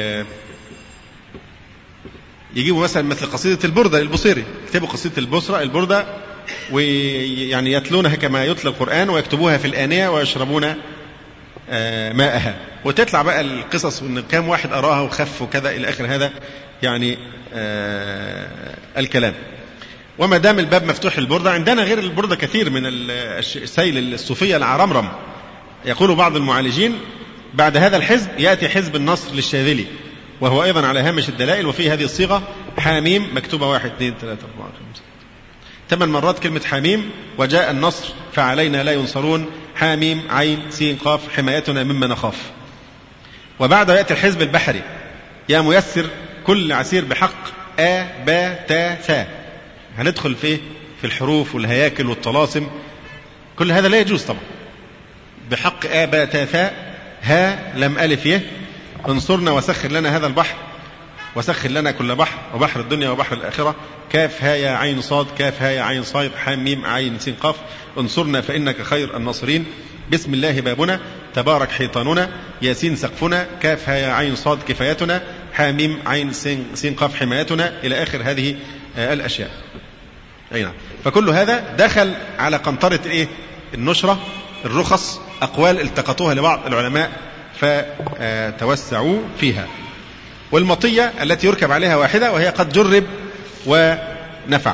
يجيبوا مثلا مثل قصيدة البردة للبصيري، يكتبوا قصيدة البصرة البردة ويعني يتلونها كما يتلى القرآن ويكتبوها في الآنية ويشربون ماءها، وتطلع بقى القصص وإن كام واحد أراها وخف وكذا إلى آخر هذا يعني الكلام. وما دام الباب مفتوح البردة، عندنا غير البردة كثير من السيل الصوفية العرمرم. يقول بعض المعالجين بعد هذا الحزب يأتي حزب النصر للشاذلي، وهو أيضا على هامش الدلائل وفي هذه الصيغة حاميم مكتوبة واحد اثنين ثلاثة أربعة خمسة ثمان مرات كلمة حاميم، وجاء النصر فعلينا لا ينصرون حاميم عين سين قاف حمايتنا مما نخاف. وبعد يأتي الحزب البحري يا ميسر كل عسير بحق آ با تا ثا، هندخل في في الحروف والهياكل والطلاسم، كل هذا لا يجوز طبعا. بحق آ با تا ثا ها لم ألف يه انصرنا وسخر لنا هذا البحر وسخر لنا كل بحر وبحر الدنيا وبحر الآخرة كاف ها يا عين صاد كاف ها يا عين صاد حام ميم عين سين قاف انصرنا فإنك خير الناصرين بسم الله بابنا تبارك حيطاننا ياسين سقفنا كاف ها يا عين صاد كفايتنا حاميم عين سين, سين قاف حمايتنا إلى آخر هذه الأشياء. أي نعم. فكل هذا دخل على قنطرة إيه؟ النشرة، الرخص، أقوال التقطوها لبعض العلماء فتوسعوا فيها، والمطية التي يركب عليها واحدة وهي قد جرب ونفع.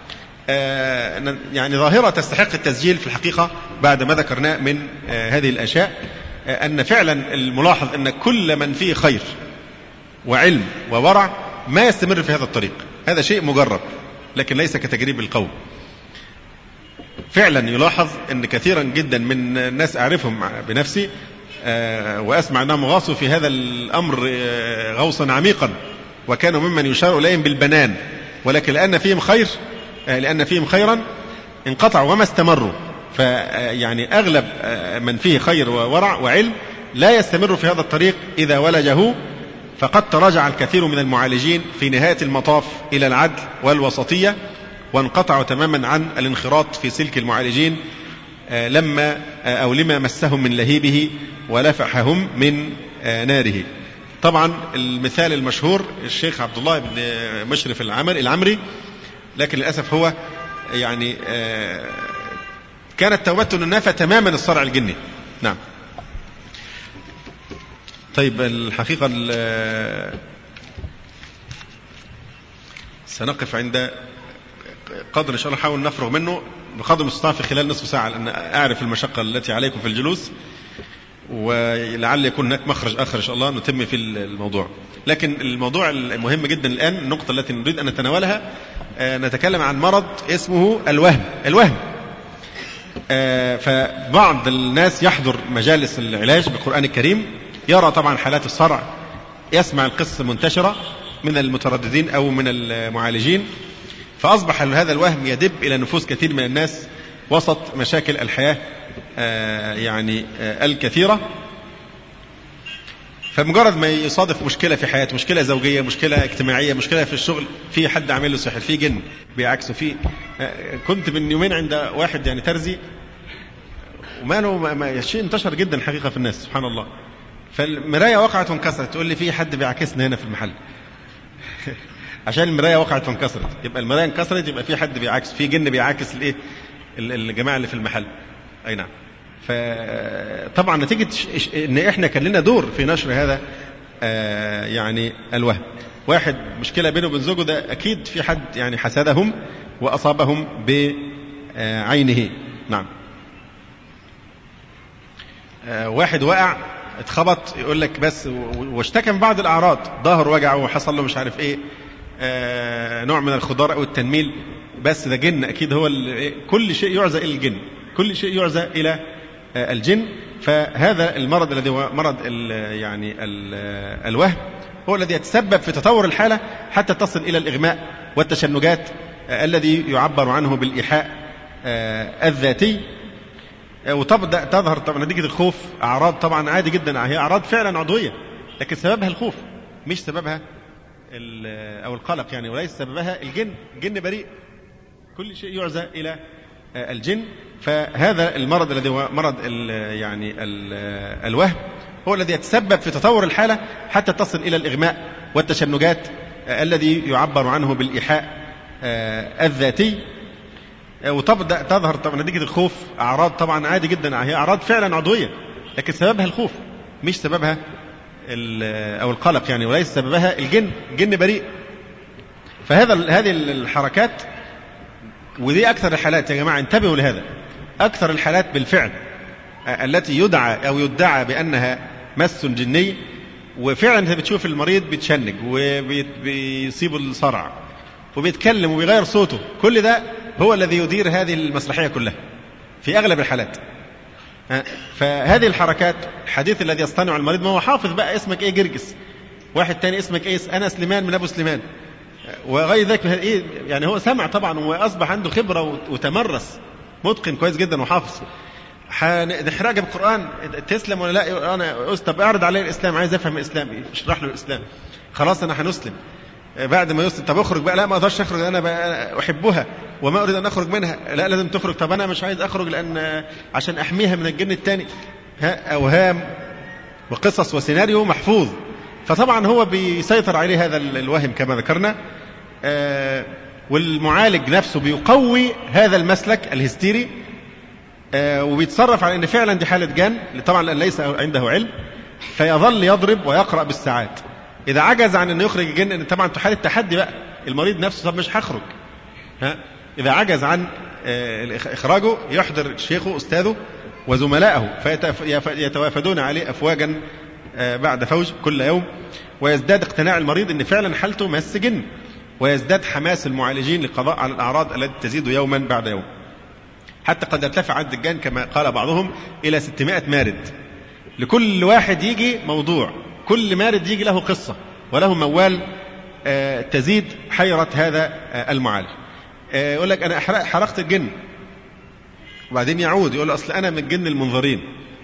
يعني ظاهرة تستحق التسجيل في الحقيقة بعد ما ذكرنا من هذه الأشياء، أن فعلا الملاحظ أن كل من فيه خير وعلم وورع ما يستمر في هذا الطريق، هذا شيء مجرب لكن ليس كتجريب القوم. فعلا يلاحظ أن كثيرا جدا من الناس أعرفهم بنفسي وأسمع أنهم غاصوا في هذا الأمر غوصا عميقا، وكانوا ممن يشار إليهم بالبنان، ولكن لأن فيهم خير لأن فيهم خيرا انقطعوا وما استمروا. فيعني أغلب من فيه خير وورع وعلم لا يستمر في هذا الطريق إذا ولجه، فقد تراجع الكثير من المعالجين في نهاية المطاف إلى العدل والوسطية، وانقطعوا تماما عن الانخراط في سلك المعالجين لما أو لما مسهم من لهيبه ولفحهم من ناره. طبعا المثال المشهور الشيخ عبد الله بن مشرف العمر العمري، لكن للأسف هو يعني كانت توبته أنه نافى تماما الصرع الجني. نعم. طيب الحقيقة سنقف عند قدر إن شاء الله نحاول نفرغ منه بقدر المستطاع في خلال نصف ساعة، لأن أعرف المشقة التي عليكم في الجلوس، ولعل يكون هناك مخرج آخر إن شاء الله نتم في الموضوع. لكن الموضوع المهم جدا الآن، النقطة التي نريد أن نتناولها، نتكلم عن مرض اسمه الوهم. الوهم فبعض الناس يحضر مجالس العلاج بالقرآن الكريم، يرى طبعا حالات الصرع يسمع القصص المنتشرة من المترددين أو من المعالجين، فأصبح هذا الوهم يدب إلى نفوس كثير من الناس وسط مشاكل الحياة آه يعني آه الكثيرة. فمجرد ما يصادف مشكلة في حياته، مشكلة زوجية، مشكلة اجتماعية، مشكلة في الشغل، في حد عامل له سحر، في جن بيعكسه، في آه كنت من يومين عند واحد يعني ترزي وماله ما شيء انتشر جدا الحقيقة في الناس سبحان الله. فالمراية وقعت وانكسرت، تقول لي في حد بيعكسنا هنا في المحل عشان المراية وقعت وانكسرت، يبقى المراية انكسرت، يبقى في حد بيعكس، في جن بيعكس الايه الجماعة اللي في المحل. اي نعم. فطبعا نتيجة ان احنا كان لنا دور في نشر هذا آه يعني الوهم. واحد مشكلة بينه وبين زوجه، ده اكيد في حد يعني حسدهم واصابهم بعينه. نعم. آه واحد وقع اتخبط، يقول لك بس واشتكى من بعض الاعراض، ظهر وجعه وحصل له مش عارف ايه آه نوع من الخضار او التنميل، بس ده جن اكيد. هو كل شيء يعزى الى الجن، كل شيء يعزى الى آه الجن. فهذا المرض الذي هو مرض ال يعني ال الوهم هو الذي يتسبب في تطور الحالة حتى تصل الى الاغماء والتشنجات آه الذي يعبر عنه بالايحاء آه الذاتي. وتبدأ تظهر طبعا نتيجة الخوف أعراض طبعا عادي جدا، هي أعراض فعلا عضوية، لكن سببها الخوف مش سببها أو القلق يعني، وليس سببها الجن. الجن بريء، كل شيء يعزى إلى الجن. فهذا المرض الذي هو مرض ال يعني ال الوهم هو الذي يتسبب في تطور الحالة حتى تصل إلى الإغماء والتشنجات الذي يعبر عنه بالإيحاء الذاتي. وتبدأ تظهر طبعا نتيجة الخوف أعراض طبعا عادي جدا، هي أعراض فعلا عضوية، لكن سببها الخوف مش سببها أو القلق يعني، وليس سببها الجن. الجن بريء. فهذا هذه الحركات، ودي أكثر الحالات يا جماعة، انتبهوا لهذا، أكثر الحالات بالفعل التي يدعى أو يدعى بأنها مس جني، وفعلا أنت بتشوف المريض بيتشنج وبيصيب الصرع وبيتكلم وبيغير صوته، كل ده هو الذي يدير هذه المسرحية كلها في أغلب الحالات. فهذه الحركات، الحديث الذي يصطنع المريض، ما هو حافظ بقى اسمك ايه جرجس، واحد تاني اسمك ايه، أنا سليمان من أبو سليمان وغير ذلك ايه يعني، هو سمع طبعا وأصبح عنده خبرة وتمرس، متقن كويس جدا وحافظ. نحرجه بالقرآن، تسلم ولا لا؟ أنا طب أعرض عليه الإسلام، عايز أفهم الإسلام، اشرح له الإسلام، خلاص أنا هنسلم. بعد ما يسلم، طب اخرج بقى، لا ما اقدرش اخرج، انا بقى احبها وما اريد ان اخرج منها، لا لازم تخرج، طب انا مش عايز اخرج لان عشان احميها من الجن التاني. ها اوهام وقصص وسيناريو محفوظ. فطبعا هو بيسيطر عليه هذا الوهم كما ذكرنا، آه والمعالج نفسه بيقوي هذا المسلك الهستيري، آه وبيتصرف على ان فعلا دي حالة جن، طبعا لأن ليس عنده علم، فيظل يضرب ويقرأ بالساعات. إذا عجز عن أن يخرج الجن، إن طبعا حالة تحدي بقى، المريض نفسه طب مش هخرج، ها إذا عجز عن إخراجه يحضر شيخه أستاذه وزملائه فيتوافدون عليه أفواجا بعد فوج كل يوم، ويزداد اقتناع المريض إن فعلا حالته مس جن، ويزداد حماس المعالجين للقضاء على الأعراض التي تزيد يوما بعد يوم، حتى قد يرتفع عدد الجن كما قال بعضهم إلى ستمائة مارد. لكل واحد يجي موضوع، كل مارد يجي له قصة وله موال آه تزيد حيرة هذا آه المعالج. آه يقول لك أنا حرقت الجن، وبعدين يعود يقول أصل أنا من الجن المنظرين،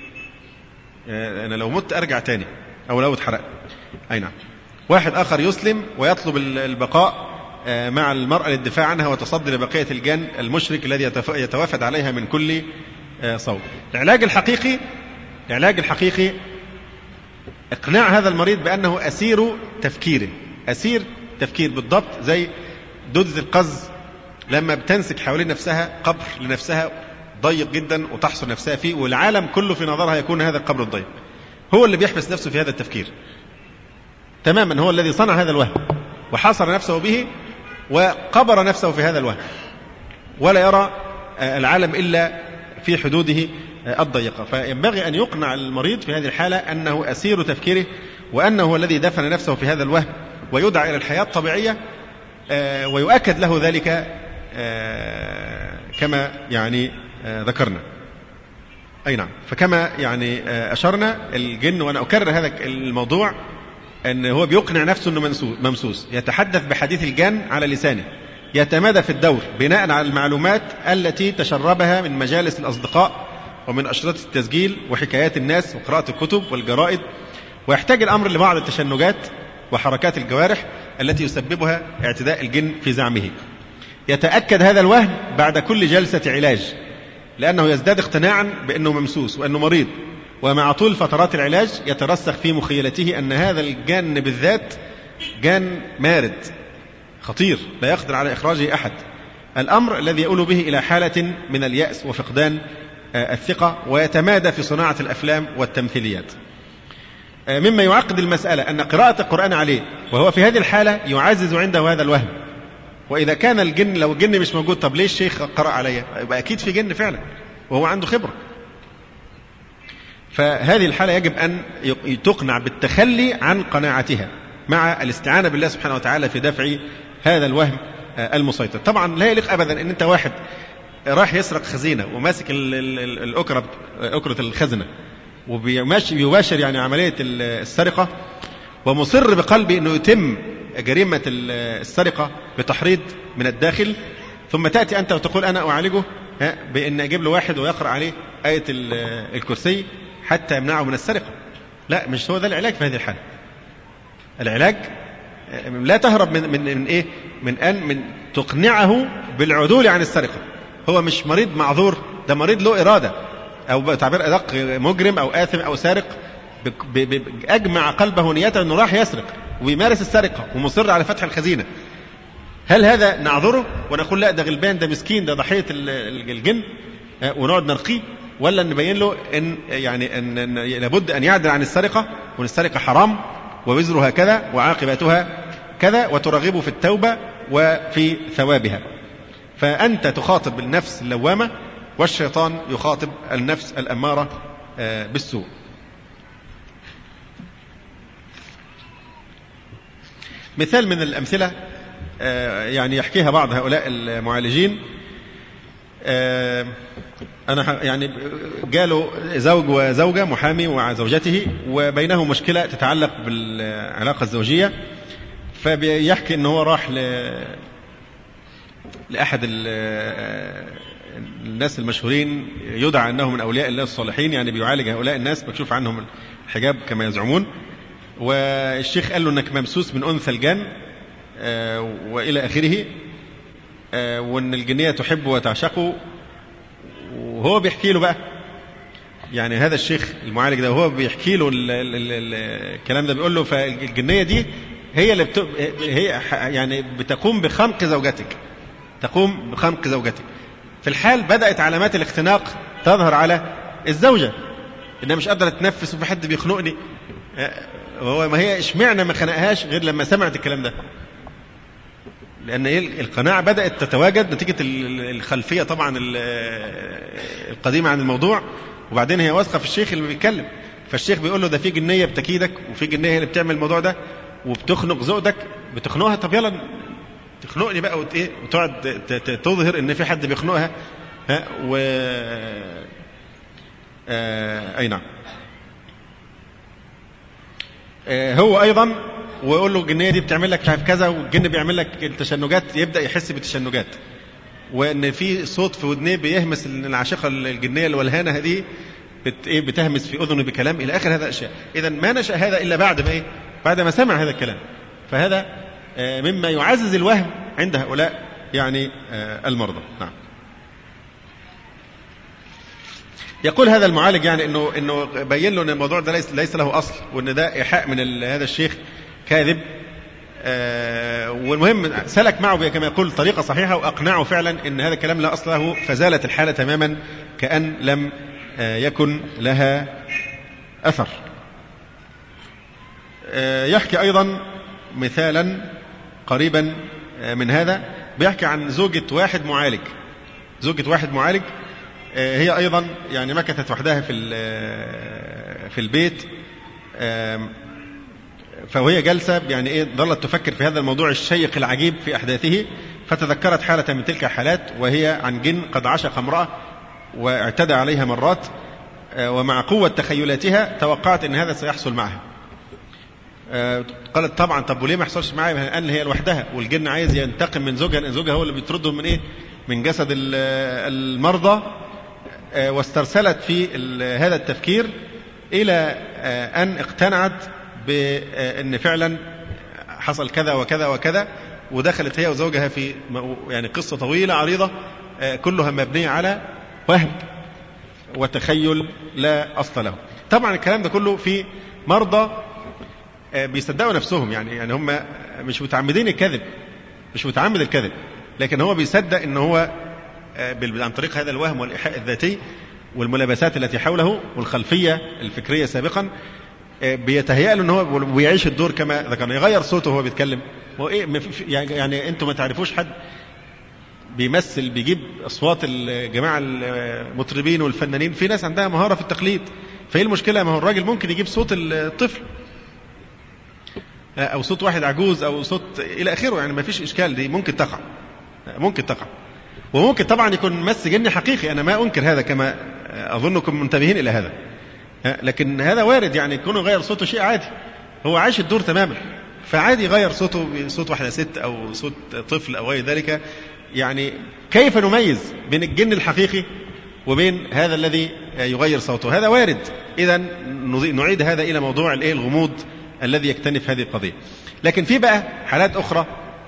آه أنا لو مت أرجع تاني أو لو اتحرقت. أي نعم. واحد آخر يسلم ويطلب البقاء آه مع المرأة للدفاع عنها وتصدي لبقية الجن المشرك الذي يتوافد عليها من كل آه صوب. العلاج الحقيقي العلاج الحقيقي اقناع هذا المريض بأنه أسير تفكيره، أسير تفكير بالضبط زي دودة القز لما بتنسك حوالين نفسها قبر لنفسها ضيق جدا وتحصر نفسها فيه، والعالم كله في نظرها يكون هذا القبر الضيق، هو اللي بيحبس نفسه في هذا التفكير تماما، هو الذي صنع هذا الوهم وحاصر نفسه به وقبر نفسه في هذا الوهم، ولا يرى العالم إلا في حدوده الضيقة. فينبغي أن يقنع المريض في هذه الحالة أنه أسير تفكيره، وأنه هو الذي دفن نفسه في هذا الوهم، ويدعى إلى الحياة الطبيعية، ويؤكد له ذلك كما يعني ذكرنا. أي نعم. فكما يعني أشرنا الجن، وأنا أكرر هذا الموضوع أن هو بيقنع نفسه أنه ممسوس، يتحدث بحديث الجان على لسانه، يتمادى في الدور بناء على المعلومات التي تشربها من مجالس الأصدقاء ومن أشرطة التسجيل وحكايات الناس وقراءة الكتب والجرائد، ويحتاج الأمر لبعض التشنجات وحركات الجوارح التي يسببها اعتداء الجن في زعمه. يتأكد هذا الوهم بعد كل جلسة علاج، لأنه يزداد اقتناعا بأنه ممسوس وأنه مريض، ومع طول فترات العلاج يترسخ في مخيلته أن هذا الجان بالذات جان مارد خطير لا يقدر على إخراجه أحد، الأمر الذي يؤول به إلى حالة من اليأس وفقدان الثقة، ويتمادى في صناعة الأفلام والتمثيليات. مما يعقد المسألة أن قراءة القرآن عليه وهو في هذه الحالة يعزز عنده هذا الوهم. وإذا كان الجن، لو الجن مش موجود، طب ليه الشيخ قرأ عليه؟ يبقى أكيد في جن فعلا وهو عنده خبرة. فهذه الحالة يجب أن تقنع بالتخلي عن قناعتها مع الاستعانة بالله سبحانه وتعالى في دفع هذا الوهم المسيطر. طبعا لا يليق أبدا أن أنت واحد راح يسرق خزينة وماسك الأكرة أكرة الخزنة وبيباشر يعني عملية السرقة، ومصر بقلبه أنه يتم جريمة السرقة بتحريض من الداخل، ثم تأتي أنت وتقول أنا أعالجه بأن أجيب له واحد ويقرأ عليه آية الكرسي حتى يمنعه من السرقة. لا، مش هو ده العلاج في هذه الحالة. العلاج لا تهرب من من من إيه من أن من تقنعه بالعدول عن السرقة. هو مش مريض معذور، ده مريض له إرادة، أو بتعبير أدق مجرم أو آثم أو سارق، أجمع قلبه نيته أنه راح يسرق ويمارس السرقة ومصر على فتح الخزينة. هل هذا نعذره ونقول لا ده غلبان، ده مسكين، ده ضحية الجن ونقعد نرقيه، ولا نبين له إن يعني أن, أن لابد أن يعدل عن السرقة، وأن السرقة حرام ووزرها كذا وعاقبتها كذا، وترغبه في التوبة وفي ثوابها؟ فأنت تخاطب النفس اللوامة، والشيطان يخاطب النفس الأمارة بالسوء. مثال من الأمثلة يعني يحكيها بعض هؤلاء المعالجين. أنا يعني جاله زوج وزوجة، محامي ومع زوجته، وبينهم مشكلة تتعلق بالعلاقة الزوجية، فبيحكي أنه هو راح لأحد الناس المشهورين يدعى أنه من أولياء الله الصالحين، يعني بيعالج هؤلاء الناس، بتشوف عنهم الحجاب كما يزعمون. والشيخ قال له أنك ممسوس من أنثى الجن وإلى آخره، وأن الجنية تحبه وتعشقه. وهو بيحكي له بقى، يعني هذا الشيخ المعالج ده وهو بيحكي له الكلام ده، بيقول له فالجنية دي هي اللي بت... هي يعني بتقوم بخنق زوجتك، تقوم بخنق زوجتك. في الحال بدأت علامات الاختناق تظهر على الزوجة، إنها مش قادرة تنفس وفي حد بيخنقني. هو ما هي اشمعنى ما خنقهاش غير لما سمعت الكلام ده؟ لأن القناعة بدأت تتواجد نتيجة الخلفية طبعا القديمة عن الموضوع، وبعدين هي واثقة في الشيخ اللي بيتكلم. فالشيخ بيقول له ده في جنية بتكيدك، وفي جنية هي اللي بتعمل الموضوع ده وبتخنق زوجتك، بتخنقها. طب يلا تخنقني بقى وتقعد تظهر ان في حد بيخنقها. ها و آه... اي نعم. آه هو ايضا ويقول له الجنيه دي بتعمل لك كذا، والجن بيعمل لك التشنجات، يبدا يحس بالتشنجات، وان في صوت في ودنيه بيهمس العاشقه الجنيه الولهانه هذه بت... إيه بتهمس في اذنه بكلام الى اخر هذا الاشياء. اذا ما نشا هذا الا بعد ما ايه بعد ما سمع هذا الكلام. فهذا آه مما يعزز الوهم عند هؤلاء يعني آه المرضى. نعم. يقول هذا المعالج يعني انه انه بين له ان الموضوع ده ليس ليس له اصل، وان ده ايحاء من هذا الشيخ كاذب. آه والمهم سلك معه كما يقول طريقه صحيحه، واقنعه فعلا ان هذا الكلام لا اصل له، فزالت الحاله تماما كأن لم آه يكن لها اثر. آه يحكي ايضا مثالا قريبا آه من هذا، بيحكي عن زوجة واحد معالج زوجة واحد معالج هي أيضا يعني مكثت وحدها في في البيت، فوهي جلسة يعني إيه ظلت تفكر في هذا الموضوع الشيق العجيب في أحداثه، فتذكرت حالة من تلك الحالات، وهي عن جن قد عشق امرأة واعتدى عليها مرات، ومع قوة تخيلاتها توقعت أن هذا سيحصل معها. قالت طبعا. طب وليه ما يحصلش معايا؟ قال هي لوحدها والجن عايز ينتقم من زوجها لأن زوجها هو اللي بيطردهم من إيه؟ من جسد المرضى. واسترسلت في هذا التفكير إلى أن اقتنعت بأن فعلا حصل كذا وكذا وكذا، ودخلت هي وزوجها في يعني قصة طويلة عريضة كلها مبنية على وهم وتخيل لا أصل له. طبعا الكلام ده كله في مرضى بيصدقوا نفسهم، يعني يعني هم مش متعمدين الكذب، مش متعمد الكذب، لكن هو بيصدق ان هو عن طريق هذا الوهم والإيحاء الذاتي والملابسات التي حوله والخلفية الفكرية سابقا بيتهيأ له ان هو بيعيش الدور كما ذكرنا، يغير صوته وهو بيتكلم. يعني يعني انتم ما تعرفوش حد بيمثل بيجيب اصوات الجماعه المطربين والفنانين، في ناس عندها مهاره في التقليد، فايه المشكله؟ ما هو الراجل ممكن يجيب صوت الطفل او صوت واحد عجوز او صوت الى اخره، يعني ما فيش اشكال، دي ممكن تقع ممكن تقع وممكن طبعا يكون مس جني حقيقي، انا ما انكر هذا كما اظنكم منتبهين الى هذا، لكن هذا وارد، يعني يكون يغير صوته شيء عادي، هو عايش الدور تماما، فعادي يغير صوته بصوت واحده ست او صوت طفل او غير ذلك. يعني كيف نميز بين الجن الحقيقي وبين هذا الذي يغير صوته؟ هذا وارد. إذا نعيد هذا إلى موضوع الايه الغموض الذي يكتنف هذه القضية. لكن في بقى حالات أخرى،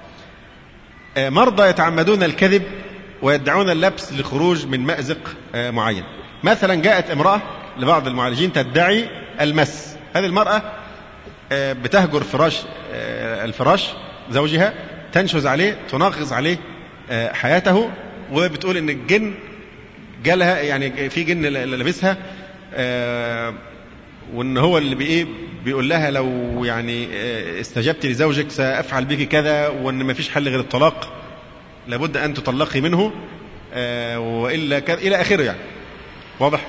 مرضى يتعمدون الكذب ويدعون اللبس لخروج من مأزق معين. مثلا جاءت امرأة لبعض المعالجين تدعي المس، هذه المرأة بتهجر فراش الفراش زوجها، تنشز عليه، تنغص عليه حياته، وبتقول ان الجن جالها، يعني في جن لبسها، وان هو اللي بايه بيقول لها لو يعني استجبت لزوجك سأفعل بك كذا، وان ما فيش حل غير الطلاق، لابد ان تطلقي منه والا كذا الى اخره، يعني واضح.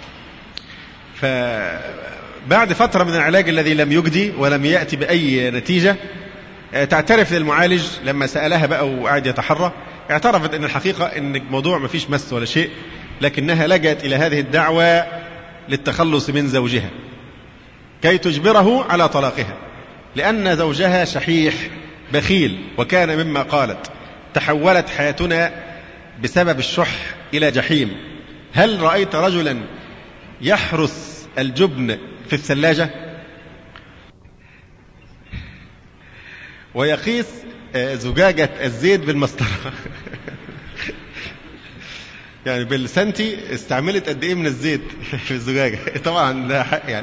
فبعد فترة من العلاج الذي لم يجدي ولم يأتي بأي نتيجة، تعترف للمعالج لما سألها بقى وقعد يتحرى، اعترفت ان الحقيقة ان الموضوع ما فيش مس ولا شيء، لكنها لجأت الى هذه الدعوة للتخلص من زوجها كي تجبره على طلاقها، لأن زوجها شحيح بخيل، وكان مما قالت تحولت حياتنا بسبب الشح إلى جحيم. هل رأيت رجلا يحرس الجبن في الثلاجة ويقيس زجاجة الزيت بالمسطرة؟ يعني بالسنتي استعملت قد ايه من الزيت في الزجاجة؟ طبعا لا حق يعني.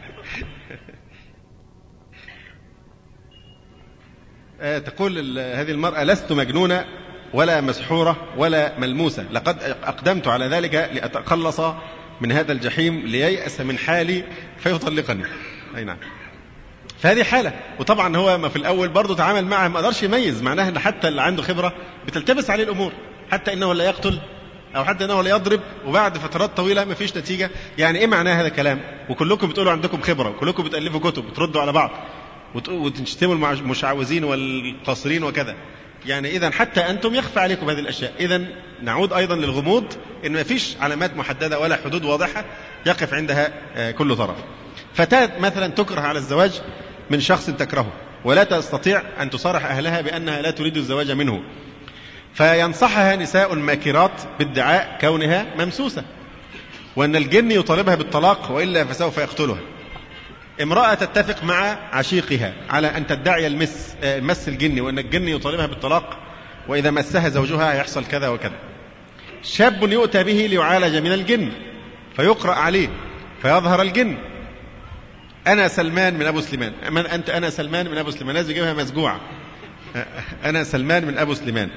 تقول هذه المرأة لست مجنونة ولا مسحورة ولا ملموسة، لقد أقدمت على ذلك لأتخلص من هذا الجحيم لييأس من حالي فيطلقني. أي نعم. فهذه حالة، وطبعا هو ما في الأول برضو تعامل معها ما قدرش يميز، معناها أن حتى اللي عنده خبرة بتلتبس عليه الأمور، حتى إنه لا يقتل أو حتى إنه لا يضرب، وبعد فترات طويلة ما فيش نتيجة. يعني إيه معناه هذا الكلام؟ وكلكم بتقولوا عندكم خبرة، وكلكم بتألفوا كتب بتردوا على بعض وتشتموا المشعوذين والقاصرين وكذا، يعني إذن حتى أنتم يخفى عليكم هذه الأشياء. إذن نعود أيضا للغموض، إن ما فيش علامات محددة ولا حدود واضحة يقف عندها كل طرف. فتاة مثلا تكره على الزواج من شخص تكرهه، ولا تستطيع أن تصارح أهلها بأنها لا تريد الزواج منه، فينصحها نساء ماكرات بادعاء كونها ممسوسة، وأن الجن يطالبها بالطلاق وإلا فسوف يقتلها. امرأة تتفق مع عشيقها على أن تدعي المس المس الجني، وأن الجن يطالبها بالطلاق، وإذا مسها زوجها يحصل كذا وكذا. شاب يؤتى به ليعالج من الجن، فيقرأ عليه فيظهر الجن. أنا سلمان من أبو سليمان. من أنت؟ أنا سلمان من أبو سليمان. لازم يجيبها مسجوعة. أنا سلمان من أبو سليمان.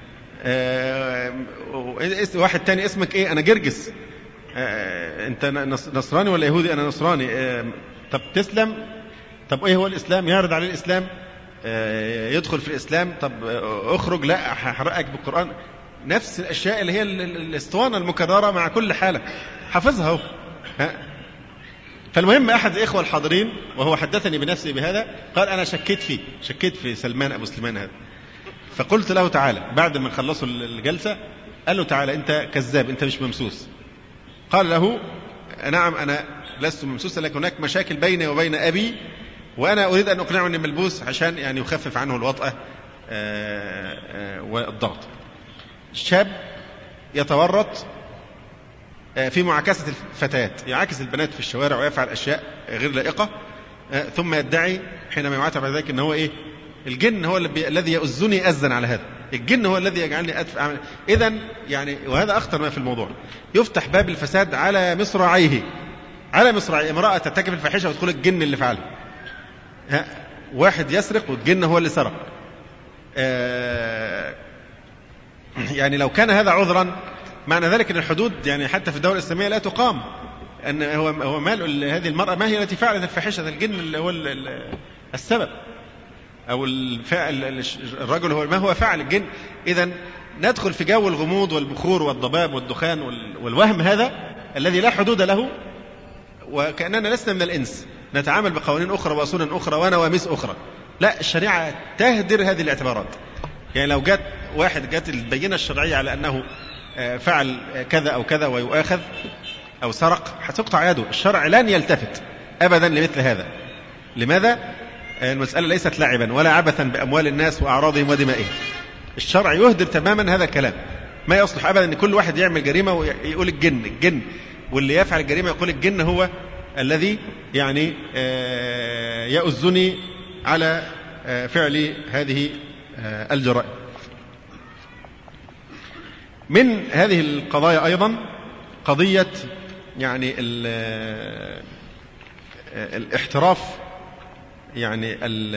واحد تاني اسمك إيه؟ أنا جرجس. أنت نصراني ولا يهودي؟ أنا نصراني. طب تسلم؟ طب إيه هو الإسلام؟ يعرض عليه الإسلام، يدخل في الإسلام. طب أخرج، لا هحرقك بالقرآن. نفس الأشياء اللي هي الاسطوانة المكررة مع كل حالة حافظها هو. فالمهم أحد الإخوة الحاضرين وهو حدثني بنفسه بهذا قال أنا شكيت فيه، شكيت في سلمان أبو سليمان هذا. فقلت له تعالى بعد ما خلصوا الجلسة، قال له تعالى أنت كذاب، أنت مش ممسوس. قال له نعم أنا لست ممسوسا، لكن هناك مشاكل بيني وبين أبي وأنا أريد أن أقنعه أن ملبوس عشان يعني يخفف عنه الوطأة والضغط. الشاب يتورط في معاكسة الفتيات، يعاكس البنات في الشوارع ويفعل أشياء غير لائقة، ثم يدعي حينما يعاتب على ذلك أنه هو إيه؟ الجن هو الذي يؤذني أذن على هذا، الجن هو الذي يجعلني أدفع. إذن يعني وهذا أخطر ما في الموضوع، يفتح باب الفساد على مصراعيه، على مصراعيه. امرأة ترتكب الفاحشة وتقول الجن اللي فعلها، واحد يسرق والجن هو اللي سرق. آه يعني لو كان هذا عذرا معنى ذلك أن الحدود يعني حتى في الدولة الإسلامية لا تقام، أن هو هو مال هذه المرأة ما هي التي فعلت الفاحشة، الجن اللي هو السبب، أو الفاعل الرجل هو ما هو فاعل الجن. إذن ندخل في جو الغموض والبخور والضباب والدخان والوهم هذا الذي لا حدود له، وكأننا لسنا من الإنس نتعامل بقوانين أخرى وسنن أخرى ونواميس أخرى. لا، الشريعة تهدر هذه الاعتبارات. يعني لو جات واحد جات البينة الشرعية على أنه فعل كذا أو كذا ويؤاخذ أو سرق، هتقطع يده. الشرع لن يلتفت أبدا لمثل هذا. لماذا؟ المسألة ليست لعبا ولا عبثا بأموال الناس وأعراضهم ودمائهم. الشرع يهدر تماما هذا الكلام. ما يصلح أبدا أن كل واحد يعمل جريمة ويقول الجن الجن، واللي يفعل الجريمة يقول الجن هو الذي يعني يؤذني على فعل هذه الجرائم. من هذه القضايا أيضا قضية يعني الاحتراف، يعني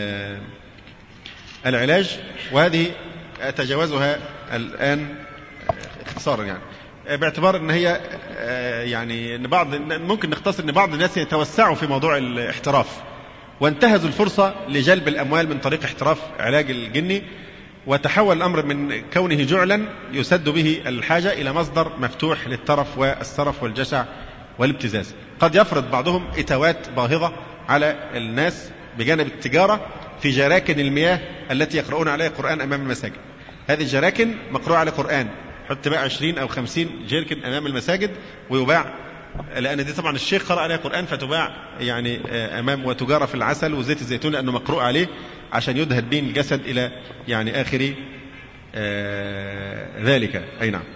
العلاج، وهذه أتجاوزها الآن اختصارا، يعني باعتبار أن هي يعني أن بعض ممكن نختصر أن بعض الناس يتوسعوا في موضوع الاحتراف وانتهزوا الفرصة لجلب الأموال من طريق احتراف علاج الجني، وتحول الأمر من كونه جعلا يسد به الحاجة إلى مصدر مفتوح للترف والسرف والجشع والابتزاز. قد يفرض بعضهم إتوات باهظة على الناس بجانب التجارة في جراكن المياه التي يقرؤون عليها القرآن أمام المساجد. هذه الجراكن مقروءة على القرآن، حط بقى عشرين أو خمسين جيركن أمام المساجد ويباع، لأن دي طبعا الشيخ قرأ عليها القرآن فتباع يعني أمام، وتجارة في العسل وزيت الزيتون لأنه مقروء عليه عشان يدهد به الجسد إلى يعني آخر آه ذلك. أي نعم.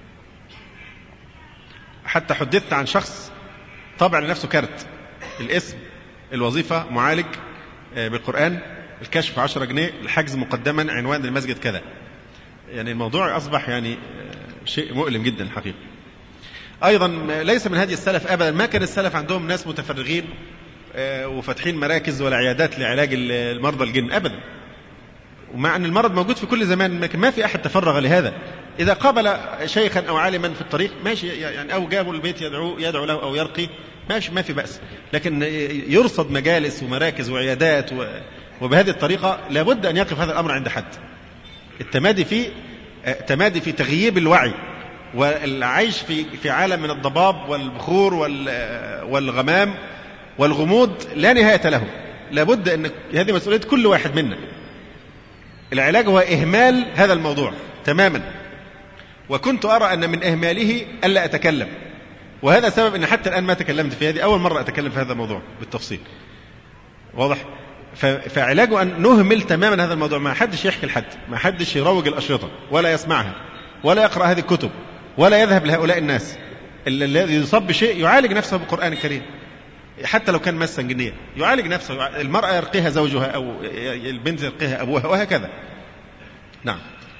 حتى حدثت عن شخص طبع لنفسه كارت، الاسم، الوظيفة معالج آه بالقرآن، الكشف عشرة جنيه، الحجز مقدما، عنوان المسجد كذا. يعني الموضوع أصبح يعني آه شيء مؤلم جدا الحقيقة. أيضا ليس من هدي السلف أبدا، ما كان السلف عندهم ناس متفرغين وفتحين مراكز ولا عيادات لعلاج المرضى الجن أبدا، ومع أن المرض موجود في كل زمان، لكن ما في أحد تفرغ لهذا. إذا قابل شيخا أو عالما في الطريق ماشي يعني، أو جابوا البيت يدعو يدعو له أو يرقي ماشي، ما في بأس، لكن يرصد مجالس ومراكز وعيادات وبهذه الطريقة لابد أن يقف هذا الأمر عند حد. التمادي فيه تمادي في تغييب الوعي والعيش في في عالم من الضباب والبخور والغمام والغموض لا نهاية له. لابد أن هذه مسؤولية كل واحد منا. العلاج هو إهمال هذا الموضوع تماما، وكنت أرى أن من إهماله ألا أتكلم، وهذا سبب أن حتى الآن ما تكلمت في هذه، أول مرة أتكلم في هذا الموضوع بالتفصيل. واضح؟ فعلاجه أن نهمل تماما هذا الموضوع، ما حدش يحكي لحد، ما حدش يروج الأشرطة ولا يسمعها ولا يقرأ هذه الكتب ولا يذهب لهؤلاء الناس. الذي يصاب بشيء يعالج نفسه بالقرآن الكريم، حتى لو كان مسا جنيا يعالج نفسه. المرأة يرقيها زوجها أو البنت يرقيها أبوها وهكذا. نعم.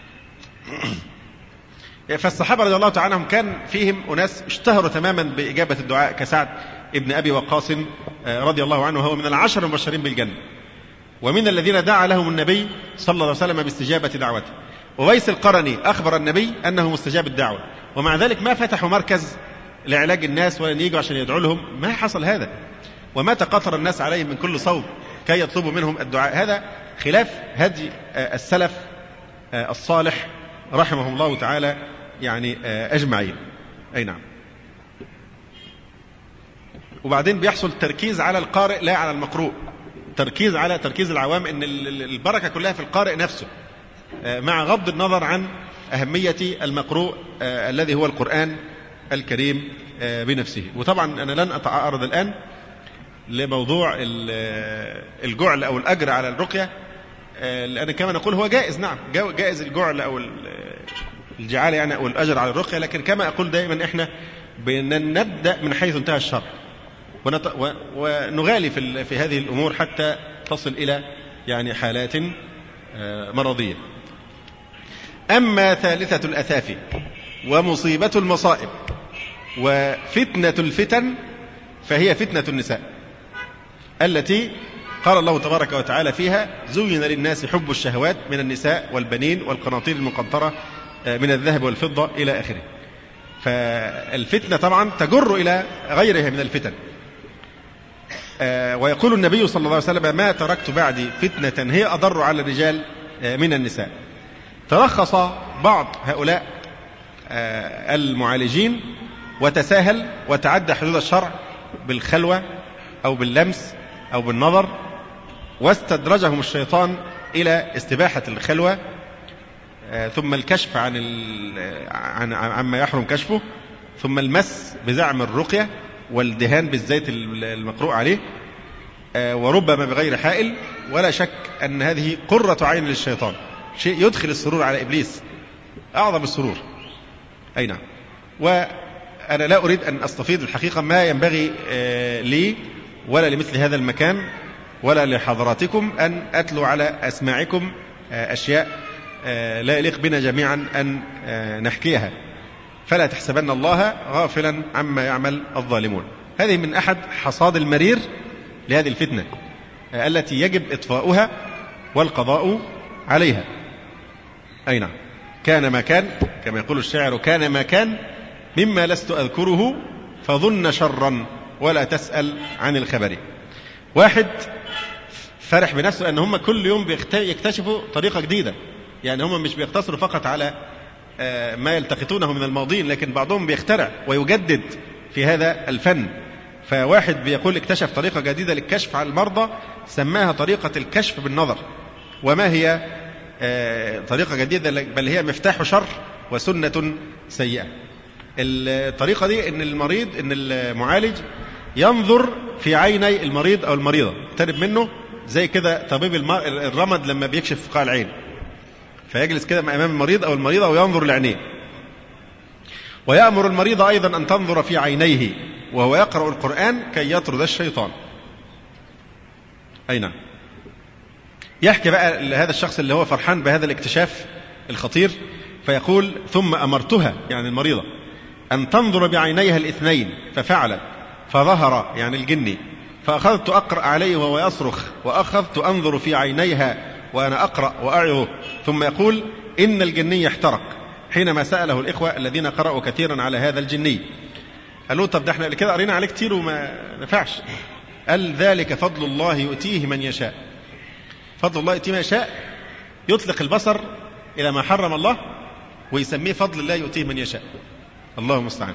فالصحابة رضي الله تعالى عنهم كان فيهم أناس اشتهروا تماما بإجابة الدعاء، كسعد ابن أبي وقاص رضي الله عنه، هو من العشر المبشرين بالجنة، ومن الذين دعا لهم النبي صلى الله عليه وسلم باستجابة دعوته. وويس القرني أخبر النبي أنه مستجاب الدعوة، ومع ذلك ما فتحوا مركز لعلاج الناس ولا يجوا عشان يدعوا لهم، ما حصل هذا. وما تقاطر الناس عليهم من كل صوب كي يطلبوا منهم الدعاء. هذا خلاف هدي السلف الصالح رحمهم الله تعالى يعني أجمعين. أي نعم. وبعدين بيحصل تركيز على القارئ لا على المقروء، تركيز على تركيز العوام، ان البركة كلها في القارئ نفسه، مع غض النظر عن أهمية المقروء الذي هو القرآن الكريم بنفسه. وطبعا أنا لن أتعارض الآن لموضوع الجعل أو الأجر على الرقية، لأن كما نقول هو جائز، نعم جائز الجعل أو الجعالة يعني أو الأجر على الرقية، لكن كما أقول دائما إحنا بنبدأ من حيث انتهى الشرع ونغالي في هذه الأمور حتى تصل إلى يعني حالات مرضية. أما ثالثة الأثافي ومصيبة المصائب وفتنة الفتن فهي فتنة النساء التي قال الله تبارك وتعالى فيها: زين للناس حب الشهوات من النساء والبنين والقناطير المقنطرة من الذهب والفضة إلى آخره. فالفتنة طبعا تجر إلى غيرها من الفتن. ويقول النبي صلى الله عليه وسلم: ما تركت بعدي فتنة هي أضر على الرجال من النساء. ترخص بعض هؤلاء المعالجين وتساهل وتعدى حدود الشرع بالخلوة أو باللمس أو بالنظر، واستدرجهم الشيطان إلى استباحة الخلوة ثم الكشف عن عن عما يحرم كشفه، ثم المس بزعم الرقية والدهان بالزيت المقروء عليه، وربما بغير حائل. ولا شك أن هذه قرة عين للشيطان، شيء يدخل السرور على إبليس، أعظم السرور. أي نعم. وأنا لا أريد أن أستفيض الحقيقة، ما ينبغي لي ولا لمثل هذا المكان ولا لحضراتكم أن أتلو على أسماعكم أشياء لا يليق بنا جميعا أن نحكيها، فلا تحسبن الله غافلا عما يعمل الظالمون. هذه من أحد حصاد المرير لهذه الفتنة التي يجب إطفاؤها والقضاء عليها. أي نعم. كان ما كان، كما يقول الشاعر: كان ما كان مما لست أذكره فظن شرا ولا تسأل عن الخبر. واحد فرح بنفسه أن هم كل يوم يكتشفوا طريقة جديدة، يعني هم مش بيقتصروا فقط على ما يلتقطونه من الماضين، لكن بعضهم بيخترع ويجدد في هذا الفن. فواحد بيقول اكتشف طريقة جديدة للكشف على المرضى سماها طريقة الكشف بالنظر. وما هي طريقة جديدة؟ بل هي مفتاح شر وسنة سيئة. الطريقة دي ان المريض ان المعالج ينظر في عيني المريض او المريضة، يقترب منه زي كده طبيب الرمد لما بيكشف فقاع العين، فيجلس كده امام المريض او المريضة وينظر لعينيه. ويأمر المريض ايضا ان تنظر في عينيه وهو يقرأ القرآن كي يطرد الشيطان. اي نعم. يحكي بقى هذا الشخص اللي هو فرحان بهذا الاكتشاف الخطير، فيقول: ثم أمرتها يعني المريضة أن تنظر بعينيها الاثنين ففعلت، فظهر يعني الجني، فأخذت أقرأ عليه وهو يصرخ، وأخذت أنظر في عينيها وأنا أقرأ وأعظه. ثم يقول: إن الجني احترق، حينما سأله الإخوة الذين قرأوا كثيرا على هذا الجني. قالوا: طب ده احنا كده قرينا عليه كتير وما نفعش. قال: ذلك فضل الله يؤتيه من يشاء. فضل الله يؤتيه من يشاء، يطلق البصر إلى ما حرم الله ويسميه فضل الله يؤتيه من يشاء. الله المستعان.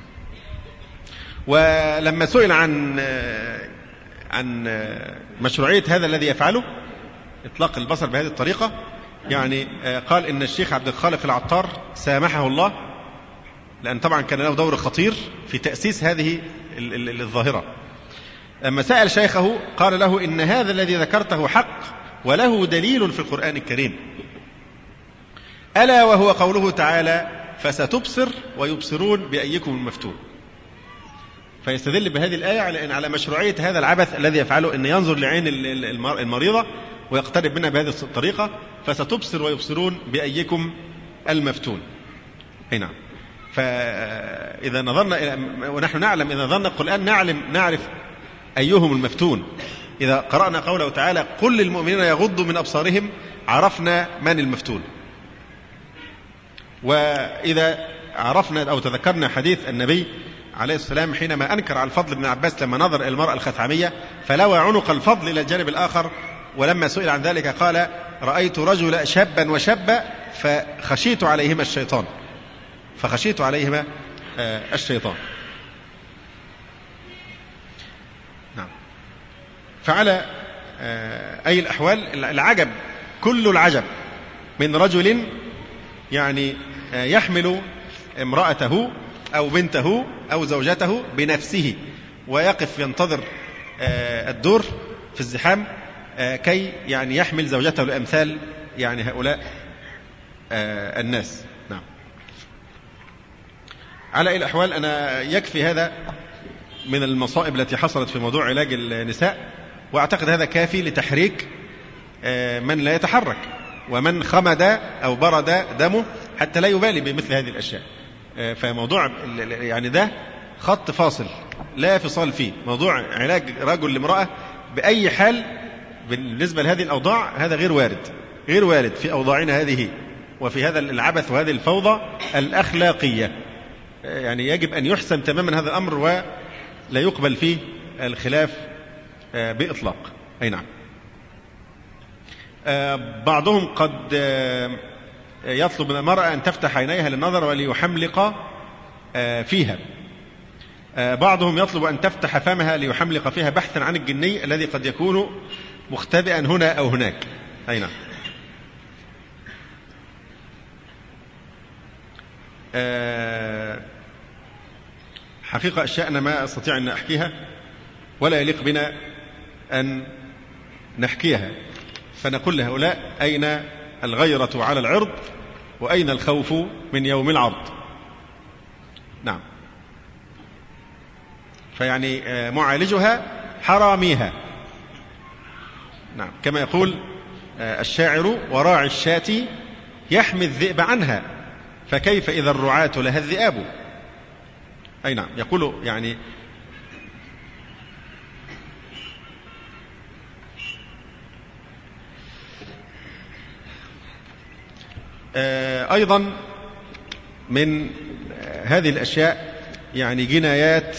ولما سئل عن عن مشروعية هذا الذي يفعله إطلاق البصر بهذه الطريقة، يعني قال إن الشيخ عبد الخالق العطار سامحه الله، لأن طبعا كان له دور خطير في تأسيس هذه الظاهرة. لما سأل شيخه قال له: إن هذا الذي ذكرته حق وله دليل في القرآن الكريم، ألا وهو قوله تعالى: فستبصر ويبصرون بأيكم المفتون. فيستدل بهذه الآية على على مشروعية هذا العبث الذي يفعله، أن ينظر لعين المريضة ويقترب منها بهذه الطريقة، فستبصر ويبصرون بأيكم المفتون. أي نعم. فإذا نظرنا، ونحن نعلم إذا نظرنا القرآن نعلم نعرف أيهم المفتون. إذا قرأنا قوله تعالى: قل للمؤمنين يغضوا من أبصارهم، عرفنا من المفتون. وإذا عرفنا أو تذكرنا حديث النبي عليه السلام حينما أنكر على الفضل بن عباس لما نظر إلى المرأة الخثعمية فلوى عنق الفضل إلى الجانب الآخر، ولما سئل عن ذلك قال: رأيت رجل شابا وشابا فخشيت عليهما الشيطان فخشيت عليهما الشيطان. نعم. فعلى أي الأحوال العجب كل العجب من رجل يعني يحمل امرأته أو بنته أو زوجته بنفسه ويقف ينتظر الدور في الزحام كي يعني يحمل زوجته لأمثال يعني هؤلاء الناس. نعم. على أي الأحوال أنا يكفي هذا من المصائب التي حصلت في موضوع علاج النساء، وأعتقد هذا كافي لتحريك من لا يتحرك ومن خمد أو برد دمه حتى لا يبالي بمثل هذه الأشياء. فموضوع يعني ده خط فاصل لا فصال فيه. موضوع علاج رجل لامرأة بأي حال بالنسبة لهذه الأوضاع هذا غير وارد، غير وارد في أوضاعنا هذه وفي هذا العبث وهذه الفوضى الأخلاقية. يعني يجب أن يحسم تماما هذا الأمر ولا يقبل فيه الخلاف بإطلاق. أي نعم. بعضهم قد يطلب من المرأة أن تفتح عينيها للنظر وليحملق فيها. بعضهم يطلب أن تفتح فمها ليحملق فيها بحثا عن الجني الذي قد يكون مختبئا هنا أو هناك. أي نعم. حقيقة أشياء أنا ما أستطيع أن أحكيها ولا يليق بنا أن نحكيها، فنقول لهؤلاء أين الغيرة على العرض وأين الخوف من يوم العرض. نعم. فيعني معالجها حراميها. نعم. كما يقول الشاعر: وراعي الشاة يحمي الذئب عنها فكيف إذا الرعاة لها الذئاب. أي نعم. يقول يعني أيضا من هذه الأشياء يعني جنايات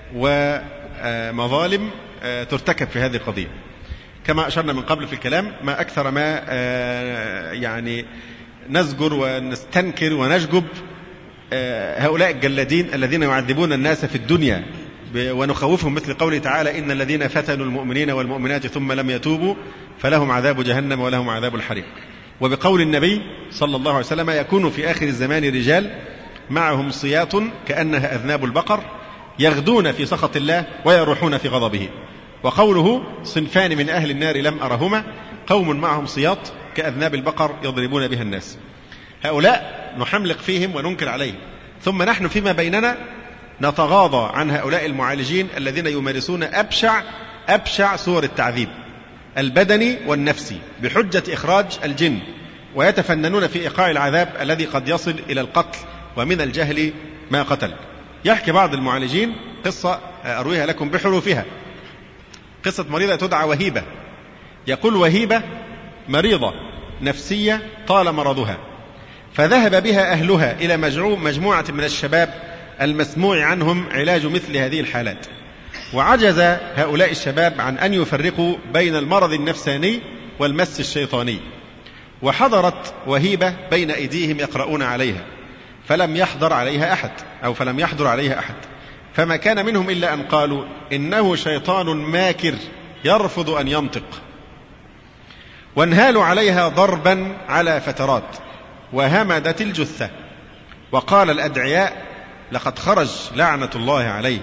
ومظالم ترتكب في هذه القضية كما أشرنا من قبل في الكلام. ما أكثر ما يعني نزجر ونستنكر ونشجب هؤلاء الجلادين الذين يعذبون الناس في الدنيا ونخوفهم مثل قوله تعالى: إن الذين فتنوا المؤمنين والمؤمنات ثم لم يتوبوا فلهم عذاب جهنم ولهم عذاب الحريق. وبقول النبي صلى الله عليه وسلم: يكون في آخر الزمان رجال معهم صياط كأنها أذناب البقر يغدون في سخط الله ويروحون في غضبه. وقوله: صنفان من أهل النار لم أرهما قوم معهم صياط كأذناب البقر يضربون بها الناس. هؤلاء نحملق فيهم وننكر عليهم، ثم نحن فيما بيننا نتغاضى عن هؤلاء المعالجين الذين يمارسون أبشع أبشع صور التعذيب البدني والنفسي بحجة إخراج الجن، ويتفننون في إيقاع العذاب الذي قد يصل إلى القتل ومن الجهل ما قتل. يحكي بعض المعالجين قصة أرويها لكم بحروفها، قصة مريضة تدعى وهيبة. يقول: وهيبة مريضة نفسية طال مرضها، فذهب بها أهلها إلى مجموعة من الشباب المسموع عنهم علاج مثل هذه الحالات، وعجز هؤلاء الشباب عن أن يفرقوا بين المرض النفساني والمس الشيطاني. وحضرت وهيبة بين أيديهم يقرؤون عليها، فلم يحضر عليها أحد أو فلم يحضر عليها أحد، فما كان منهم إلا أن قالوا: إنه شيطان ماكر يرفض أن ينطق. وانهالوا عليها ضربا على فترات وهمدت الجثة. وقال الأدعياء: لقد خرج لعنة الله عليه.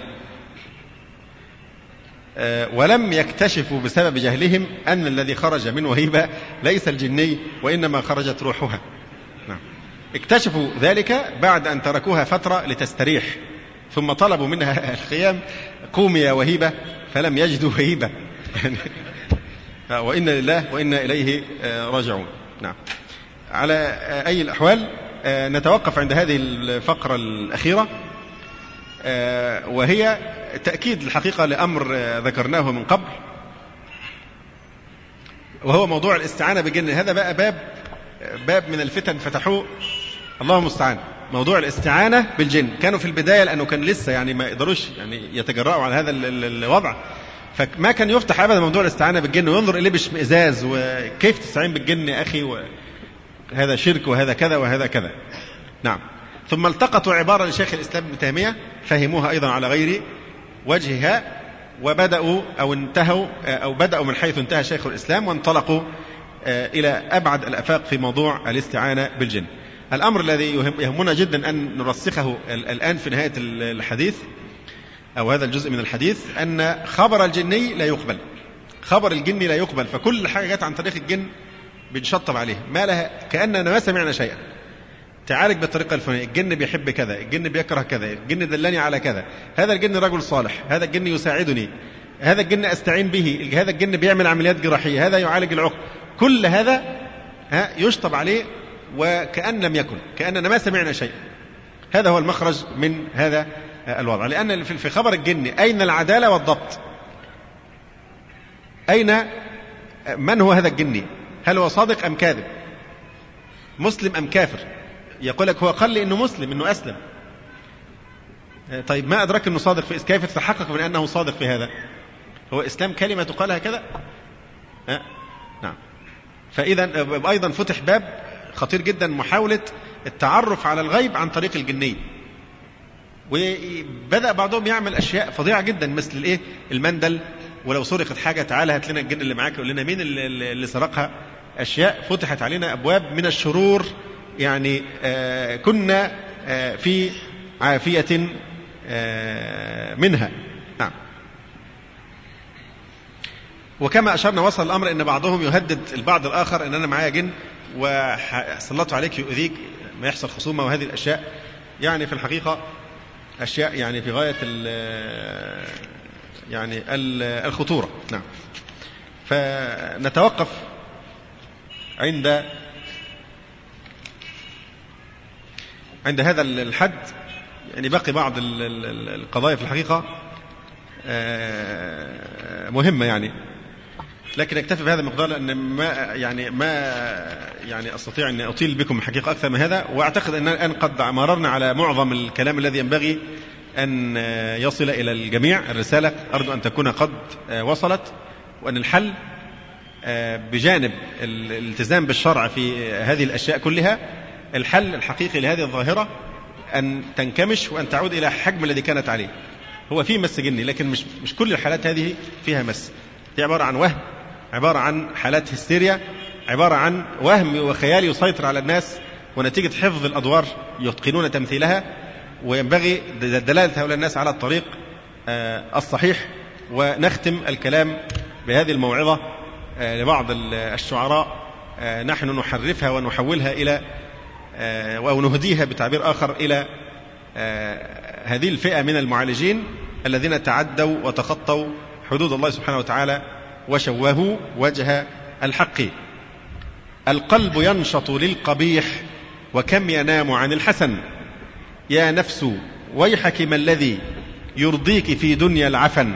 ولم يكتشفوا بسبب جهلهم أن الذي خرج من وهيبة ليس الجني وإنما خرجت روحها. نعم. اكتشفوا ذلك بعد أن تركوها فترة لتستريح، ثم طلبوا منها القيام: قومي يا وهيبة، فلم يجدوا وهيبة. وإنا لله وإنا إليه راجعون. نعم. على أي الأحوال نتوقف عند هذه الفقرة الأخيرة، وهي تأكيد الحقيقة لأمر ذكرناه من قبل، وهو موضوع الاستعانة بالجن. هذا بقى باب باب من الفتن فتحوه، الله المستعان. موضوع الاستعانة بالجن كانوا في البداية لأنه كان لسه يعني ما يقدروش يعني يتجرأوا على هذا الوضع، فما كان يفتح أبدا موضوع الاستعانة بالجن وينظر إليه باشمئزاز: وكيف تستعين بالجن يا أخي، وهذا شرك وهذا كذا وهذا كذا. نعم. ثم التقطوا عبارة لشيخ الإسلام ابن تيمية فهموها أيضا على غير وجهها، وبدأوا أو انتهوا أو بدأوا من حيث انتهى شيخ الإسلام وانطلقوا إلى أبعد الآفاق في موضوع الاستعانة بالجن. الأمر الذي يهمنا جدا أن نرسخه الآن في نهاية الحديث أو هذا الجزء من الحديث أن خبر الجني لا يقبل، خبر الجن لا يقبل، فكل حاجة جت عن طريق الجن بنشطب عليها، ما لها كأننا ما سمعنا شيئا. تعالج بالطريقة الفلانية، الجن بيحب كذا، الجن بيكره كذا، الجن دلني على كذا، هذا الجن رجل صالح، هذا الجن يساعدني، هذا الجن أستعين به، هذا الجن بيعمل عمليات جراحية، هذا يعالج العقد، كل هذا ها يشطب عليه وكأن لم يكن، كأننا ما سمعنا شيء. هذا هو المخرج من هذا الوضع، لأن في خبر الجن أين العدالة والضبط؟ أين من هو هذا الجني؟ هل هو صادق أم كاذب؟ مسلم أم كافر؟ يقول لك هو قال لي إنه مسلم، إنه أسلم. طيب ما أدرك إنه صادق في، كيف تتحقق من أنه صادق في هذا؟ هو إسلام كلمة تقال هكذا؟ أه؟ نعم. فإذا أيضا فتح باب خطير جدا، محاولة التعرف على الغيب عن طريق الجني، وبدأ بعضهم يعمل أشياء فظيعة جدا مثل الإيه؟ المندل، ولو سرقت حاجة تعالى هات لنا الجن اللي معاك يقول لنا مين اللي سرقها. أشياء فتحت علينا أبواب من الشرور، يعني آه كنا آه في عافية آه منها. نعم. وكما أشرنا وصل الأمر أن بعضهم يهدد البعض الآخر أن أنا معايا جن وسلطوا عليك يؤذيك، ما يحصل خصومة، وهذه الأشياء يعني في الحقيقة أشياء يعني في غاية ال يعني الخطورة. نعم. فنتوقف عند عند هذا الحد، يعني باقي بعض القضايا في الحقيقة مهمة يعني، لكن اكتفي بهذا المقدار لأن ما يعني ما يعني أستطيع أن أطيل بكم حقيقة أكثر من هذا. وأعتقد أن الآن قد مررنا على معظم الكلام الذي ينبغي أن يصل إلى الجميع. الرسالة أرجو أن تكون قد وصلت، وأن الحل بجانب الالتزام بالشرع في هذه الأشياء كلها، الحل الحقيقي لهذه الظاهرة أن تنكمش وأن تعود إلى حجم الذي كانت عليه. هو في مس جني، لكن مش مش كل الحالات هذه فيها مس، هي عبارة عن وهم، عبارة عن حالات هستيريا، عبارة عن وهم وخيال يسيطر على الناس، ونتيجة حفظ الأدوار يتقنون تمثيلها. وينبغي دلالة هؤلاء الناس على الطريق الصحيح. ونختم الكلام بهذه الموعظة لبعض الشعراء، نحن نحرفها ونحولها إلى أو نهديها بتعبير آخر إلى هذه الفئة من المعالجين الذين تعدوا وتخطوا حدود الله سبحانه وتعالى وشوهوا وجه الحق. القلب ينشط للقبيح وكم ينام عن الحسن، يا نفس ويحك ما الذي يرضيك في دنيا العفن،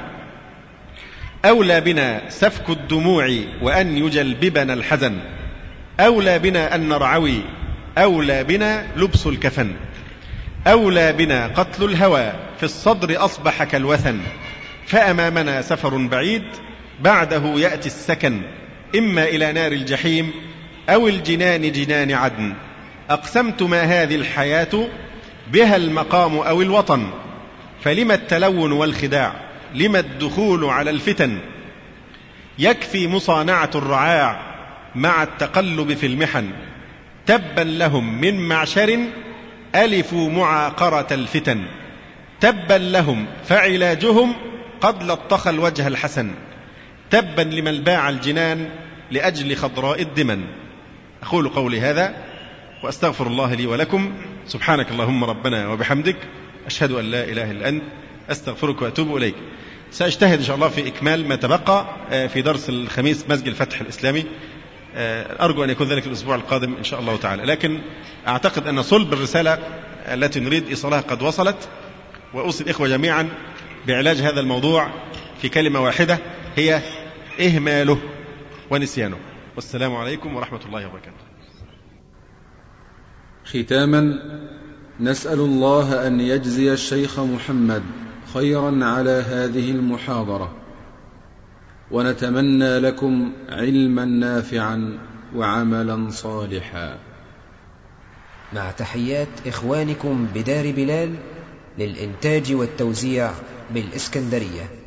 أولى بنا سفك الدموع وأن يجلببنا الحزن، أولى بنا أن نرعوي، أولى بنا لبس الكفن، أولى بنا قتل الهوى في الصدر أصبح كالوثن، فأمامنا سفر بعيد بعده يأتي السكن، إما إلى نار الجحيم أو الجنان جنان عدن، أقسمت ما هذه الحياة بها المقام أو الوطن، فلما التلون والخداع، لما الدخول على الفتن، يكفي مصانعة الرعاع مع التقلب في المحن، تبا لهم من معشر ألفوا معاقرة الفتن، تبا لهم فعلاجهم قد لطخ الوجه الحسن، تبا لمن باع الجنان لأجل خضراء الدمن. أقول قولي هذا وأستغفر الله لي ولكم. سبحانك اللهم ربنا وبحمدك، أشهد أن لا إله إلا أنت، أستغفرك وأتوب إليك. سأجتهد إن شاء الله في إكمال ما تبقى في درس الخميس مسجد الفتح الإسلامي، أرجو أن يكون ذلك الأسبوع القادم إن شاء الله تعالى. لكن أعتقد أن صلب الرسالة التي نريد إيصالها قد وصلت، وأوصي الإخوة جميعا بعلاج هذا الموضوع في كلمة واحدة، هي إهماله ونسيانه. والسلام عليكم ورحمة الله وبركاته. ختاما، نسأل الله أن يجزي الشيخ محمد خيرا على هذه المحاضرة، ونتمنى لكم علما نافعا وعملا صالحا. مع تحيات إخوانكم بدار بلال للإنتاج والتوزيع بالإسكندرية.